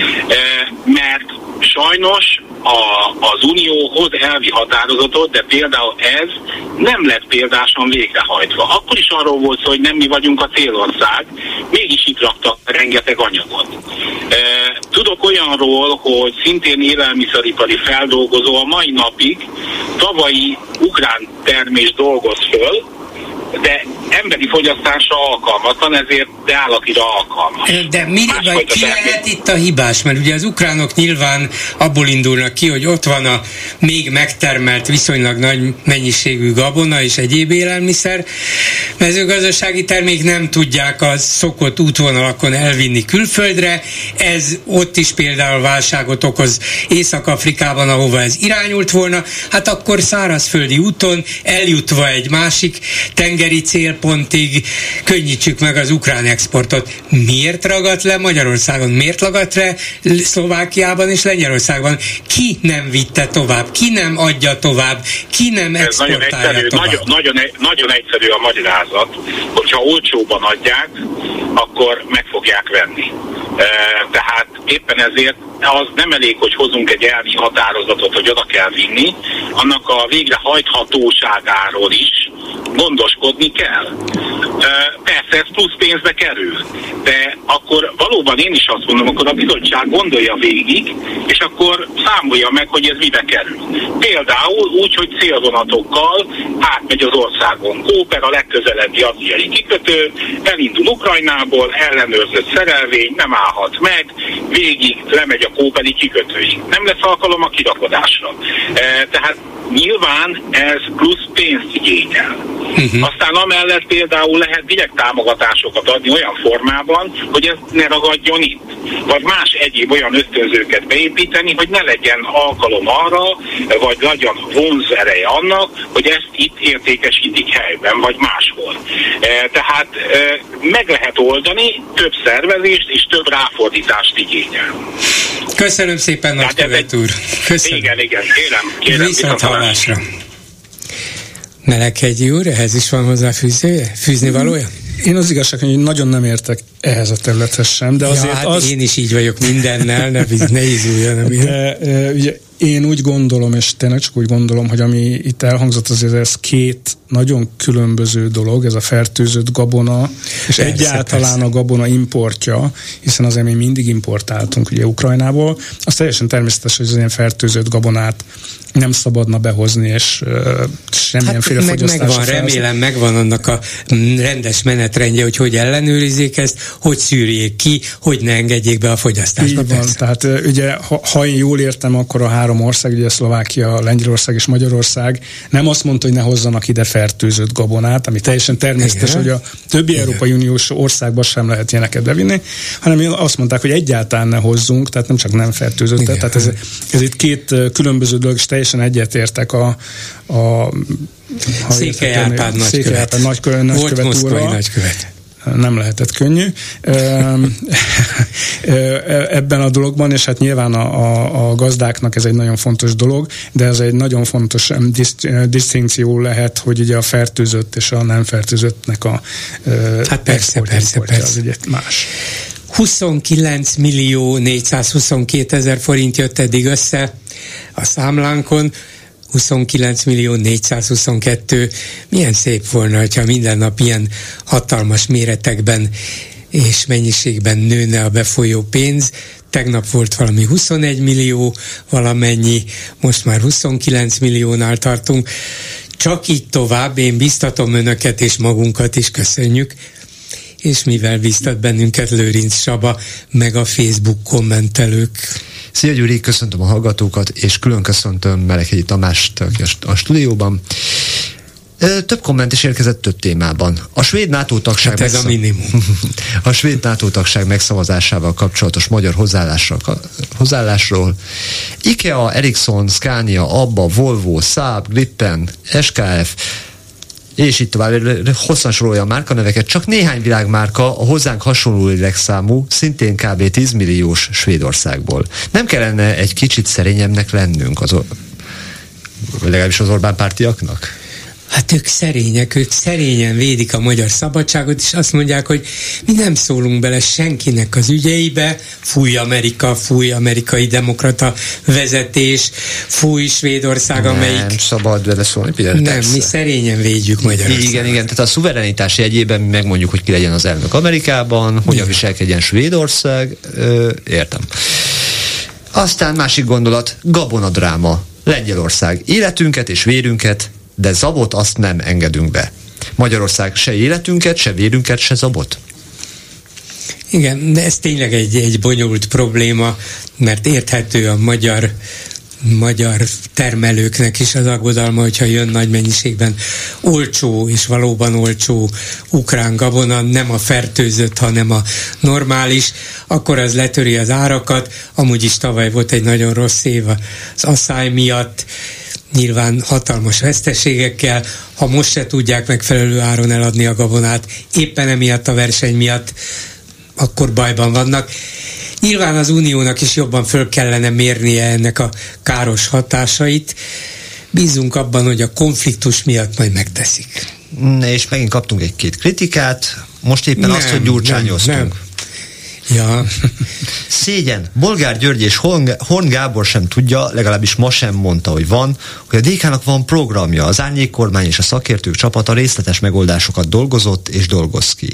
Mert sajnos az Unió hoz elvi határozatot, de például ez nem lett példásan végrehajtva. Akkor is arról volt szó, hogy nem mi vagyunk a célország, mégis itt raktak rengeteg anyagot. Tudok olyanról, hogy szintén élelmiszeripari feldolgozó a mai napig tavalyi ukrán termés dolgoz föl, de emberi fogyasztásra alkalmatlan, ezért de állatira alkalmas. De ki lehet itt a hibás? Mert ugye az ukránok nyilván abból indulnak ki, hogy ott van a még megtermelt viszonylag nagy mennyiségű gabona és egyéb élelmiszer. Mezőgazdasági termék nem tudják a szokott útvonalakon elvinni külföldre. Ez ott is például válságot okoz Észak-Afrikában, ahova ez irányult volna. Hát akkor szárazföldi úton eljutva egy másik tengeri célpontig könnyítsük meg az ukrán exportot. Miért ragadt le Magyarországon? Miért ragadt le Szlovákiában és Lengyelországban? Ki nem vitte tovább? Ki nem adja tovább? Ki nem exportálja tovább? Nagyon egyszerű a magyarázat. Hogyha olcsóban adják, akkor meg fogják venni. Tehát éppen ezért az nem elég, hogy hozunk egy elvi határozatot, hogy oda kell vinni, annak a végrehajthatóságáról is gondoskodni kell. Persze ez plusz pénzbe kerül, de akkor valóban én is azt mondom, akkor a bizottság gondolja végig, és akkor számolja meg, hogy ez mibe kerül. Például úgy, hogy célvonatokkal átmegy az országon. Kóper a legközelebbi ázsiai kikötő, elindul Ukrajnából, ellenőrzött szerelvény, nem állhat meg, végig lemegy a kóperi kikötőig. Nem lesz alkalom a kirakodásra. Tehát nyilván ez plusz pénzt igényel. Aztán amellett például lehet direkt támogatásokat adni olyan formában, hogy ez ne ragadjon itt. Vagy más egyéb olyan ösztönzőket beépíteni, hogy ne legyen alkalom arra, vagy legyen vonzereje annak, hogy ezt itt értékesítik helyben, vagy máshol. Tehát meg lehet oldani, több szervezést és több ráfordítást igényel. Köszönöm szépen, nagykövet úr. Köszönöm. Igen, kérem. Viszont hallásra. Meleghegyi úr, ehhez is van hozzá fűzni valója? Én az igazság, hogy nagyon nem értek ehhez a területhez sem, de azért hát én is így vagyok mindennel, ne izuljon. Ugye én úgy gondolom, és tényleg csak úgy gondolom, hogy ami itt elhangzott, azért ez két nagyon különböző dolog, ez a fertőzött gabona, és egyáltalán a gabona importja, hiszen azért mi mindig importáltunk ugye Ukrajnából, az teljesen természetes, hogy az ilyen fertőzött gabonát nem szabadna behozni, és semmilyenféle fogyasztásra. Remélem megvan annak a rendes menetrendje, hogy ellenőrizzék ezt, hogy szűrjék ki, hogy ne engedjék be a fogyasztásba. Így van, tehát ugye, ha én jól értem, akkor a három ország, ugye Szlovákia, Lengyelország és Magyarország nem azt mondta, hogy ne hozzanak ide fertőzött gabonát, ami teljesen természetes, hogy a többi Európai Uniós országban sem lehet ilyeneket bevinni, hanem azt mondták, hogy egyáltalán ne hozzunk, tehát nem csak nem fertőzött, tehát ez itt két különböző dolog, és teljesen egyetértek a Székely Árpád nagykövet. Volt moszkvai nagykövet. Nem lehetett könnyű ebben a dologban, és hát nyilván a gazdáknak ez egy nagyon fontos dolog, de ez egy nagyon fontos disztinkció lehet, hogy ugye a fertőzött és a nem fertőzöttnek a persze. az ugye más. 29.422.000 forint jött eddig össze a számlánkon, 29.422. Milyen szép volna, hogyha minden nap ilyen hatalmas méretekben és mennyiségben nőne a befolyó pénz. Tegnap volt valami 21 millió valamennyi, most már 29 milliónál tartunk. Csak így tovább, én biztatom önöket és magunkat is, köszönjük. És mivel biztat bennünket Lőrinc Csaba, meg a Facebook kommentelők. Szia Gyuri, köszöntöm a hallgatókat, és külön köszöntöm Meleghegyi Tamást a stúdióban. Több komment is érkezett több témában. A svéd NATO tagság ez a minimum. A svéd NATO tagság megszavazásával kapcsolatos magyar hozzáállásról. IKEA, Ericsson, Scania, Abba, Volvo, Saab, Gripen, SKF, és itt tovább hosszan sorolja a márkaneveket, csak néhány világmárka a hozzánk hasonló lélekszámú, szintén kb. 10 milliós Svédországból. Nem kellene egy kicsit szerényebbnek lennünk, legalábbis az Orbán pártiaknak? Hát ők szerényen védik a magyar szabadságot, és azt mondják, hogy mi nem szólunk bele senkinek az ügyeibe, fúj Amerika, fúj amerikai demokrata vezetés, fúj Svédország, amelyik... Nem szabad beleszólni, nem, mi szerényen védjük Magyarországot. Igen, tehát a szuverenitás jegyében mi megmondjuk, hogy ki legyen az elnök Amerikában, hogyan viselkedjen Svédország, értem. Aztán másik gondolat, gabonadráma. Lengyelország életünket és vérünket, de zabot azt nem engedünk be. Magyarország se életünket, se vérünket, se zabot. Igen, de ez tényleg egy bonyolult probléma, mert érthető a magyar termelőknek is az aggodalma, hogyha jön nagy mennyiségben olcsó és valóban olcsó ukrán gabona, nem a fertőzött, hanem a normális, akkor az letöri az árakat. Amúgy is tavaly volt egy nagyon rossz év az asszály miatt, nyilván hatalmas veszteségekkel, ha most se tudják megfelelő áron eladni a gabonát, éppen emiatt a verseny miatt, akkor bajban vannak. Nyilván az Uniónak is jobban föl kellene mérnie ennek a káros hatásait. Bízunk abban, hogy a konfliktus miatt majd megteszik. És megint kaptunk egy-két kritikát, most éppen azt, hogy gyurcsányoztunk. Nem. Ja. Szégyen. Bolgár György és Horn Gábor sem tudja, legalábbis ma sem mondta, hogy van, hogy a DK-nak van programja. Az árnyékkormány és a szakértők csapata részletes megoldásokat dolgozott és dolgoz ki.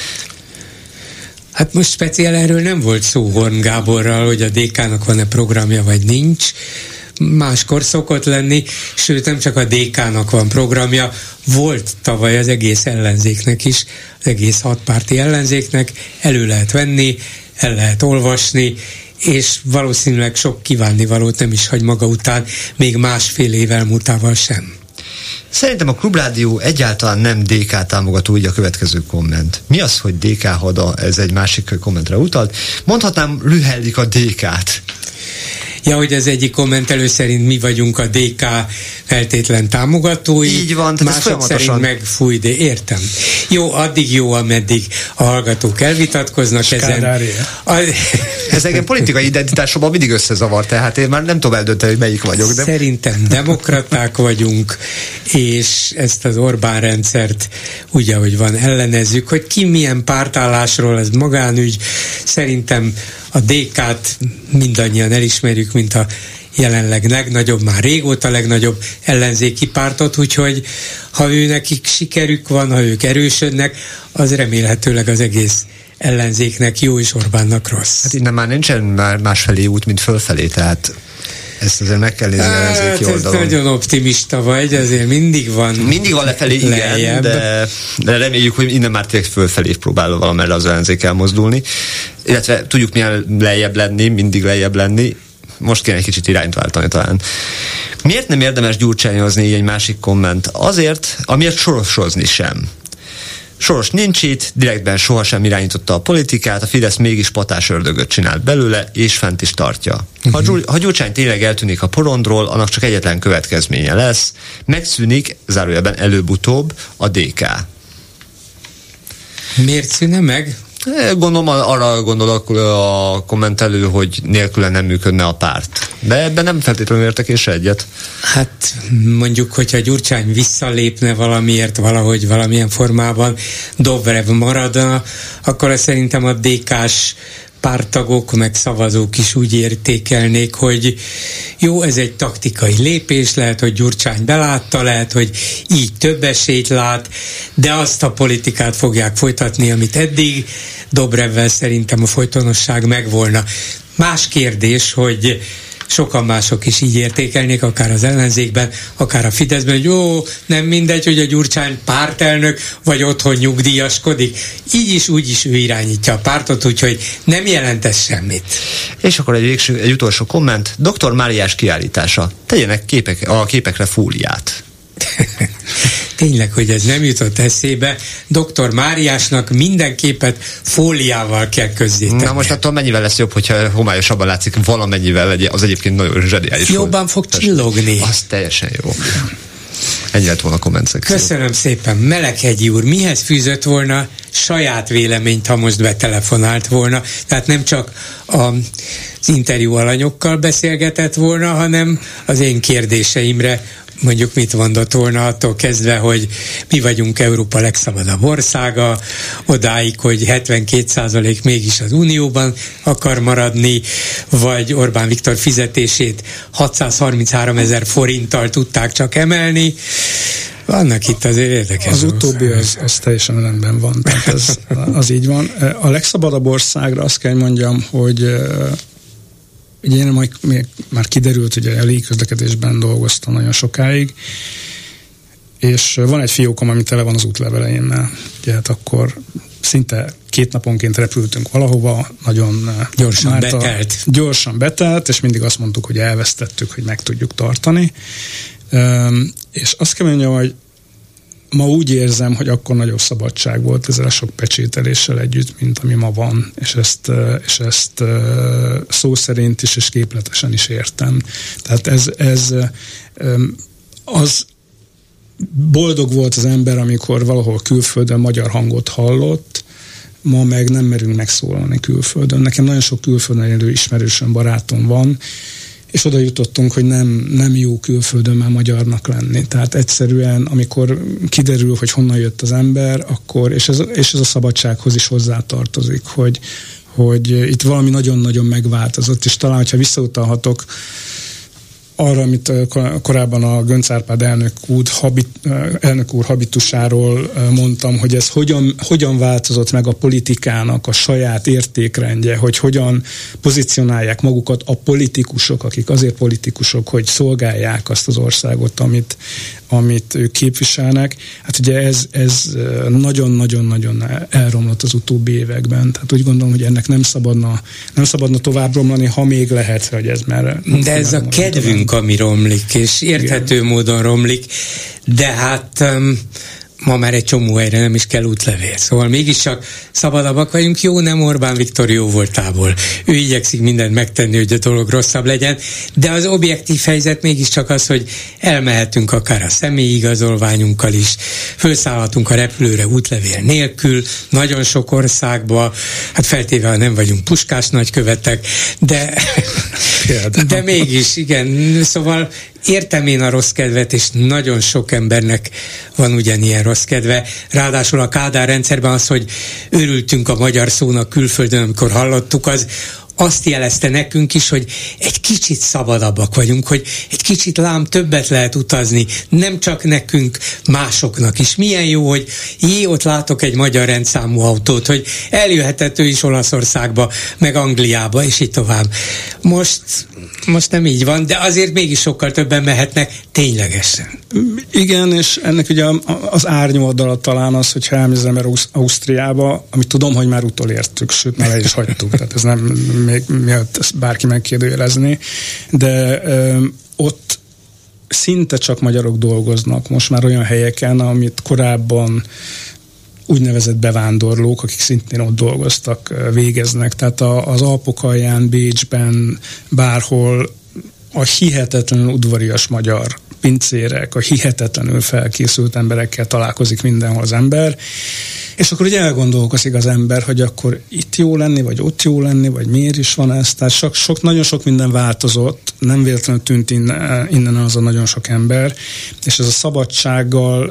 Hát most speciál erről nem volt szó Horn Gáborral, hogy a DK-nak van-e programja, vagy nincs. Máskor szokott lenni, sőt nem csak a DK-nak van programja, volt tavaly az egész ellenzéknek is, az egész hatpárti ellenzéknek, elő lehet venni, el lehet olvasni, és valószínűleg sok kívánnivalót nem is hagy maga után, még másfél év elmúltával sem. Szerintem a Klubrádió egyáltalán nem DK támogató, így a következő komment. Mi az, hogy DK hada? Ez egy másik kommentre utalt. Mondhatnám, lühellik a DK-t. Ja, hogy az egyik kommentelő szerint mi vagyunk a DK feltétlen támogatói. Így van, mások szerint megfúj, de értem. Jó, addig jó, ameddig a hallgatók elvitatkoznak ezen. Ez engem politikai identitásomban mindig összezavar, tehát én már nem tudom eldönteni, hogy melyik vagyok. De... Szerintem demokraták vagyunk, és ezt az Orbán rendszert úgy, ahogy van, ellenezzük, hogy ki milyen pártállásról, ez magánügy. Szerintem a DK-t mindannyian elismerjük, mint a jelenleg legnagyobb, már régóta legnagyobb ellenzéki pártot, úgyhogy ha nekik sikerük van, ha ők erősödnek, az remélhetőleg az egész ellenzéknek jó és Orbánnak rossz. Hát innen már nincsen már másfelé út, mint fölfelé, tehát ezt azért meg kell nézni ellenzéki oldalon. Nagyon optimista vagy, azért mindig van lefelé, igen, de reméljük, hogy innen már tényleg fölfelé próbál valamerre az ellenzék elmozdulni. Illetve tudjuk milyen lejjebb lenni, mindig lejjebb lenni. Most kéne egy kicsit irányt váltani talán. Miért nem érdemes gyurcsányozni, így egy másik komment? Azért, amiért sorosozni sem. Soros nincs itt, direktben sohasem irányította a politikát, a Fidesz mégis patás ördögöt csinált belőle, és fent is tartja. Ha Gyurcsány tényleg eltűnik a porondról, annak csak egyetlen következménye lesz, megszűnik, zárójelben előbb-utóbb, a DK. Miért szűnne meg? Gondolom, arra gondolok a kommentelő, hogy nélküle nem működne a párt. De ebben nem feltétlenül értek és egyet. Hát mondjuk, hogyha Gyurcsány visszalépne valamiért, valahogy valamilyen formában Dobrev maradna, akkor szerintem a DK-s párttagok, meg szavazók is úgy értékelnék, hogy jó, ez egy taktikai lépés, lehet, hogy Gyurcsány belátta, lehet, hogy így több esélyt lát, de azt a politikát fogják folytatni, amit eddig. Dobrevvel szerintem a folytonosság megvolna. Más kérdés, hogy sokan mások is így értékelnék, akár az ellenzékben, akár a Fideszben, hogy jó, nem mindegy, hogy a Gyurcsány pártelnök, vagy otthon nyugdíjaskodik. Így is, úgy is ő irányítja a pártot, úgyhogy nem jelent ez semmit. És akkor egy utolsó komment. Dr. Máriás kiállítása. Tegyenek a képekre fóliát. Tényleg, hogy ez nem jutott eszébe. Dr. Máriásnak minden képet fóliával kell közzétenni. Na most attól mennyivel lesz jobb, hogyha homályosabban látszik valamennyivel, az egyébként nagyon zseniális. Jobban fog csillogni. Az teljesen jó. Ennyi lett volna a komment szekció. Köszönöm szépen. Meleghegyi úr, mihez fűzött volna saját véleményt, ha most betelefonált volna? Tehát nem csak az interjú alanyokkal beszélgetett volna, hanem az én kérdéseimre mondjuk mit mondott volna attól kezdve, hogy mi vagyunk Európa legszabadabb országa, odáig, hogy 72% mégis az Unióban akar maradni, vagy Orbán Viktor fizetését 633 000 forinttal tudták csak emelni. Vannak itt azért érdekes. Az utóbbi az teljesen rendben van, tehát ez, az így van. A legszabadabb országra azt kell mondjam, hogy ugye én már kiderült, hogy a légiközlekedésben dolgoztam nagyon sokáig, és van egy fiókom, ami tele van az útleveleimmel. Ugye hát akkor szinte 2 naponként repültünk valahova, nagyon gyorsan betelt, és mindig azt mondtuk, hogy elvesztettük, hogy meg tudjuk tartani. És azt kell mondjam, hogy ma úgy érzem, hogy akkor nagyobb szabadság volt ezzel a sok pecsételéssel együtt, mint ami ma van, és ezt szó szerint is, és képletesen is értem. Tehát ez az boldog volt az ember, amikor valahol külföldön magyar hangot hallott, ma meg nem merünk megszólalni külföldön. Nekem nagyon sok külföldön élő ismerősöm, barátom van, és oda jutottunk, hogy nem jó külföldön már magyarnak lenni. Tehát egyszerűen, amikor kiderül, hogy honnan jött az ember, akkor, és ez a szabadsághoz is hozzátartozik, hogy itt valami nagyon-nagyon megváltozott, és talán, hogyha visszautalhatok arra, amit korábban a Göncz Árpád elnök úr habitusáról mondtam, hogy ez hogyan változott meg a politikának a saját értékrendje, hogy hogyan pozícionálják magukat a politikusok, akik azért politikusok, hogy szolgálják azt az országot, amit ők képviselnek. Hát ugye ez nagyon-nagyon-nagyon elromlott az utóbbi években. Tehát úgy gondolom, hogy ennek nem szabadna tovább romlani, ha még lehet, hogy ez már... De ez a kedvünk, ami romlik, és érthető módon romlik, de hát ma már egy csomó helyre nem is kell útlevél. Szóval mégiscsak szabadabbak vagyunk. Jó, nem Orbán Viktor jó voltából. Ő igyekszik mindent megtenni, hogy a dolog rosszabb legyen, de az objektív helyzet mégiscsak az, hogy elmehetünk akár a személyi igazolványunkkal is, felszállhatunk a repülőre útlevél nélkül, nagyon sok országba, hát feltéve, ha nem vagyunk Puskás nagykövetek, de mégis, igen. Szóval értem én a rossz kedvet, és nagyon sok embernek van ugyanilyen rossz kedve. Ráadásul a Kádár rendszerben az, hogy örültünk a magyar szónak külföldön, amikor hallottuk, az azt jelezte nekünk is, hogy egy kicsit szabadabbak vagyunk, hogy egy kicsit lám többet lehet utazni, nem csak nekünk, másoknak is. Milyen jó, hogy ott látok egy magyar rendszámú autót, hogy eljöhetett ő is Olaszországba, meg Angliába, és így tovább. Most nem így van, de azért mégis sokkal többen mehetnek ténylegesen. Igen, és ennek ugye az árnyoldala talán az, hogyha elmézem Ausztriába, amit tudom, hogy már utolértük, sőt, már le is hagytuk, tehát ez nem még miatt ezt bárki megkérdőjelezni, de ott szinte csak magyarok dolgoznak most már olyan helyeken, amit korábban úgynevezett bevándorlók, akik szintén ott dolgoztak, végeznek. Tehát az Alpok alján, Bécsben, bárhol a hihetetlenül udvarias magyar pincérek, a hihetetlenül felkészült emberekkel találkozik mindenhol az ember, és akkor ugye elgondolkozik az ember, hogy akkor itt jó lenni, vagy ott jó lenni, vagy miért is van ez. Tehát nagyon sok minden változott, nem véletlenül tűnt innen az a nagyon sok ember, és ez a szabadsággal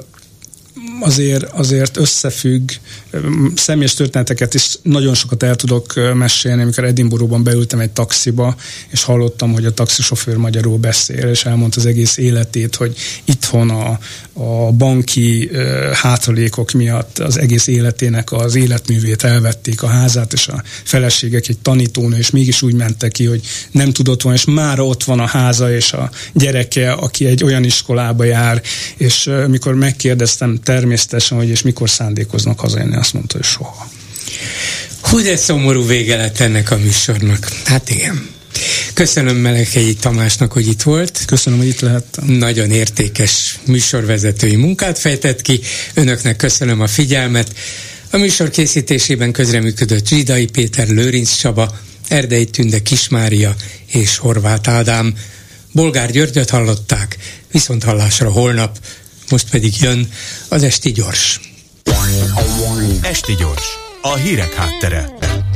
azért összefügg, személyes történeteket is nagyon sokat el tudok mesélni, amikor Edinburghban beültem egy taxiba, és hallottam, hogy a taxisofőr magyarul beszél, és elmondta az egész életét, hogy itthon a banki hátralékok miatt az egész életének az életművét elvették, a házát, és a feleségek egy tanítónő, és mégis úgy mentek ki, hogy nem tudott volna, és már ott van a háza, és a gyereke, aki egy olyan iskolába jár, és mikor megkérdeztem természetesen, hogy és mikor szándékoznak hazajönni, azt mondta, hogy soha. Hú, de szomorú vége lett ennek a műsornak. Hát igen. Köszönöm Meleghegyi Tamásnak, hogy itt volt. Köszönöm, hogy itt lehettem. Nagyon értékes műsorvezetői munkát fejtett ki. Önöknek köszönöm a figyelmet. A műsor készítésében közreműködött Zsidai Péter, Lőrinc Csaba, Erdei Tünde, Kis Mária és Horváth Ádám. Bolgár Györgyöt hallották, viszont hallásra holnap most pedig jön az Esti Gyors. Esti Gyors, a hírek háttere.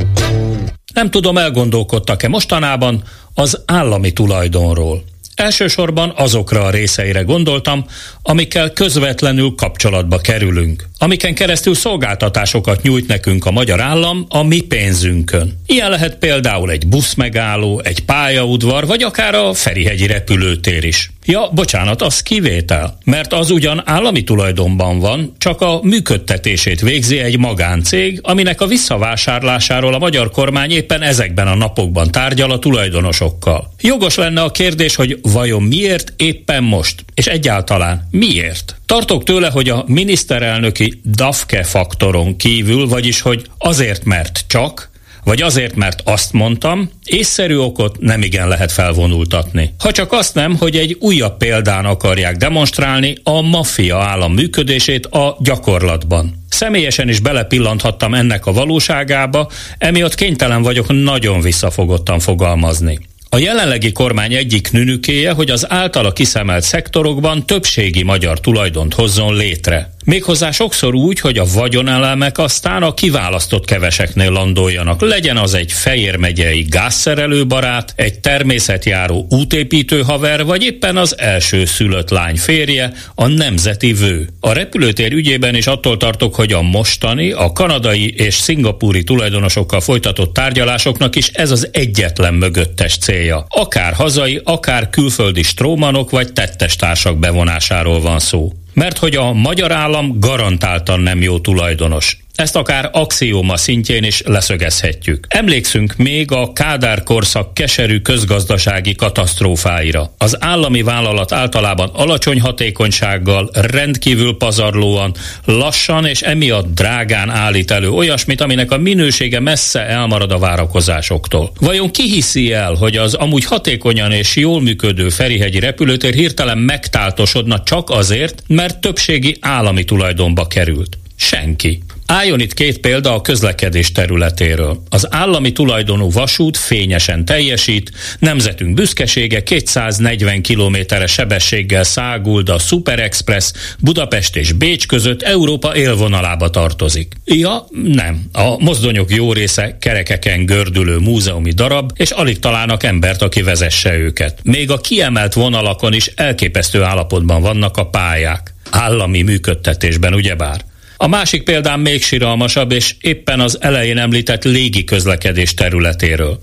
Nem tudom, elgondolkodtak-e mostanában az állami tulajdonról. Elsősorban azokra a részeire gondoltam, amikkel közvetlenül kapcsolatba kerülünk, amiken keresztül szolgáltatásokat nyújt nekünk a magyar állam a mi pénzünkön. Ilyen lehet például egy buszmegálló, egy pályaudvar, vagy akár a Ferihegyi repülőtér is. Ja, bocsánat, az kivétel, mert az ugyan állami tulajdonban van, csak a működtetését végzi egy magáncég, aminek a visszavásárlásáról a magyar kormány éppen ezekben a napokban tárgyal a tulajdonosokkal. Jogos lenne a kérdés, hogy vajon miért éppen most, és egyáltalán miért? Tartok tőle, hogy a miniszterelnöki Dafke faktoron kívül, vagyis hogy azért, mert csak, vagy azért, mert azt mondtam, észszerű okot nemigen lehet felvonultatni. Ha csak azt nem, hogy egy újabb példán akarják demonstrálni a maffia állam működését a gyakorlatban. Személyesen is belepillanthattam ennek a valóságába, emiatt kénytelen vagyok nagyon visszafogottan fogalmazni. A jelenlegi kormány egyik nünükéje, hogy az általa kiszemelt szektorokban többségi magyar tulajdont hozzon létre. Méghozzá sokszor úgy, hogy a vagyonelemek aztán a kiválasztott keveseknél landoljanak. Legyen az egy Fejér megyei gázszerelő barát, egy természetjáró útépítő haver, vagy éppen az első szülött lány férje, a nemzeti vő. A repülőtér ügyében is attól tartok, hogy a mostani, a kanadai és szingapúri tulajdonosokkal folytatott tárgyalásoknak is ez az egyetlen mögöttes célja. Akár hazai, akár külföldi strómanok vagy tettestársak bevonásáról van szó. Mert hogy a magyar állam garantáltan nem jó tulajdonos. Ezt akár axióma szintjén is leszögezhetjük. Emlékszünk még a Kádár korszak keserű közgazdasági katasztrófáira. Az állami vállalat általában alacsony hatékonysággal, rendkívül pazarlóan, lassan és emiatt drágán állít elő olyasmit, aminek a minősége messze elmarad a várakozásoktól. Vajon ki hiszi el, hogy az amúgy hatékonyan és jól működő Ferihegyi repülőtér hirtelen megtáltosodna csak azért, mert többségi állami tulajdonba került? Senki. Álljon itt két példa a közlekedés területéről. Az állami tulajdonú vasút fényesen teljesít, nemzetünk büszkesége 240 km/s sebességgel száguld a Super Express Budapest és Bécs között Európa élvonalába tartozik. Ja, nem. A mozdonyok jó része kerekeken gördülő múzeumi darab, és alig találnak embert, aki vezesse őket. Még a kiemelt vonalakon is elképesztő állapotban vannak a pályák. Állami működtetésben, ugyebár. A másik példán még siralmasabb, és éppen az elején említett légi közlekedés területéről.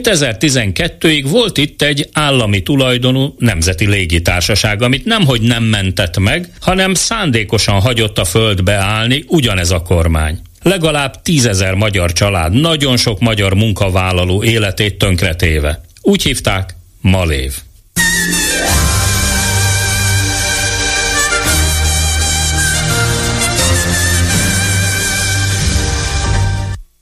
2012-ig volt itt egy állami tulajdonú nemzeti légitársaság, amit nemhogy nem mentett meg, hanem szándékosan hagyott a földbe állni ugyanez a kormány. Legalább 10 000 magyar család, nagyon sok magyar munkavállaló életét tönkretéve. Úgy hívták Malév.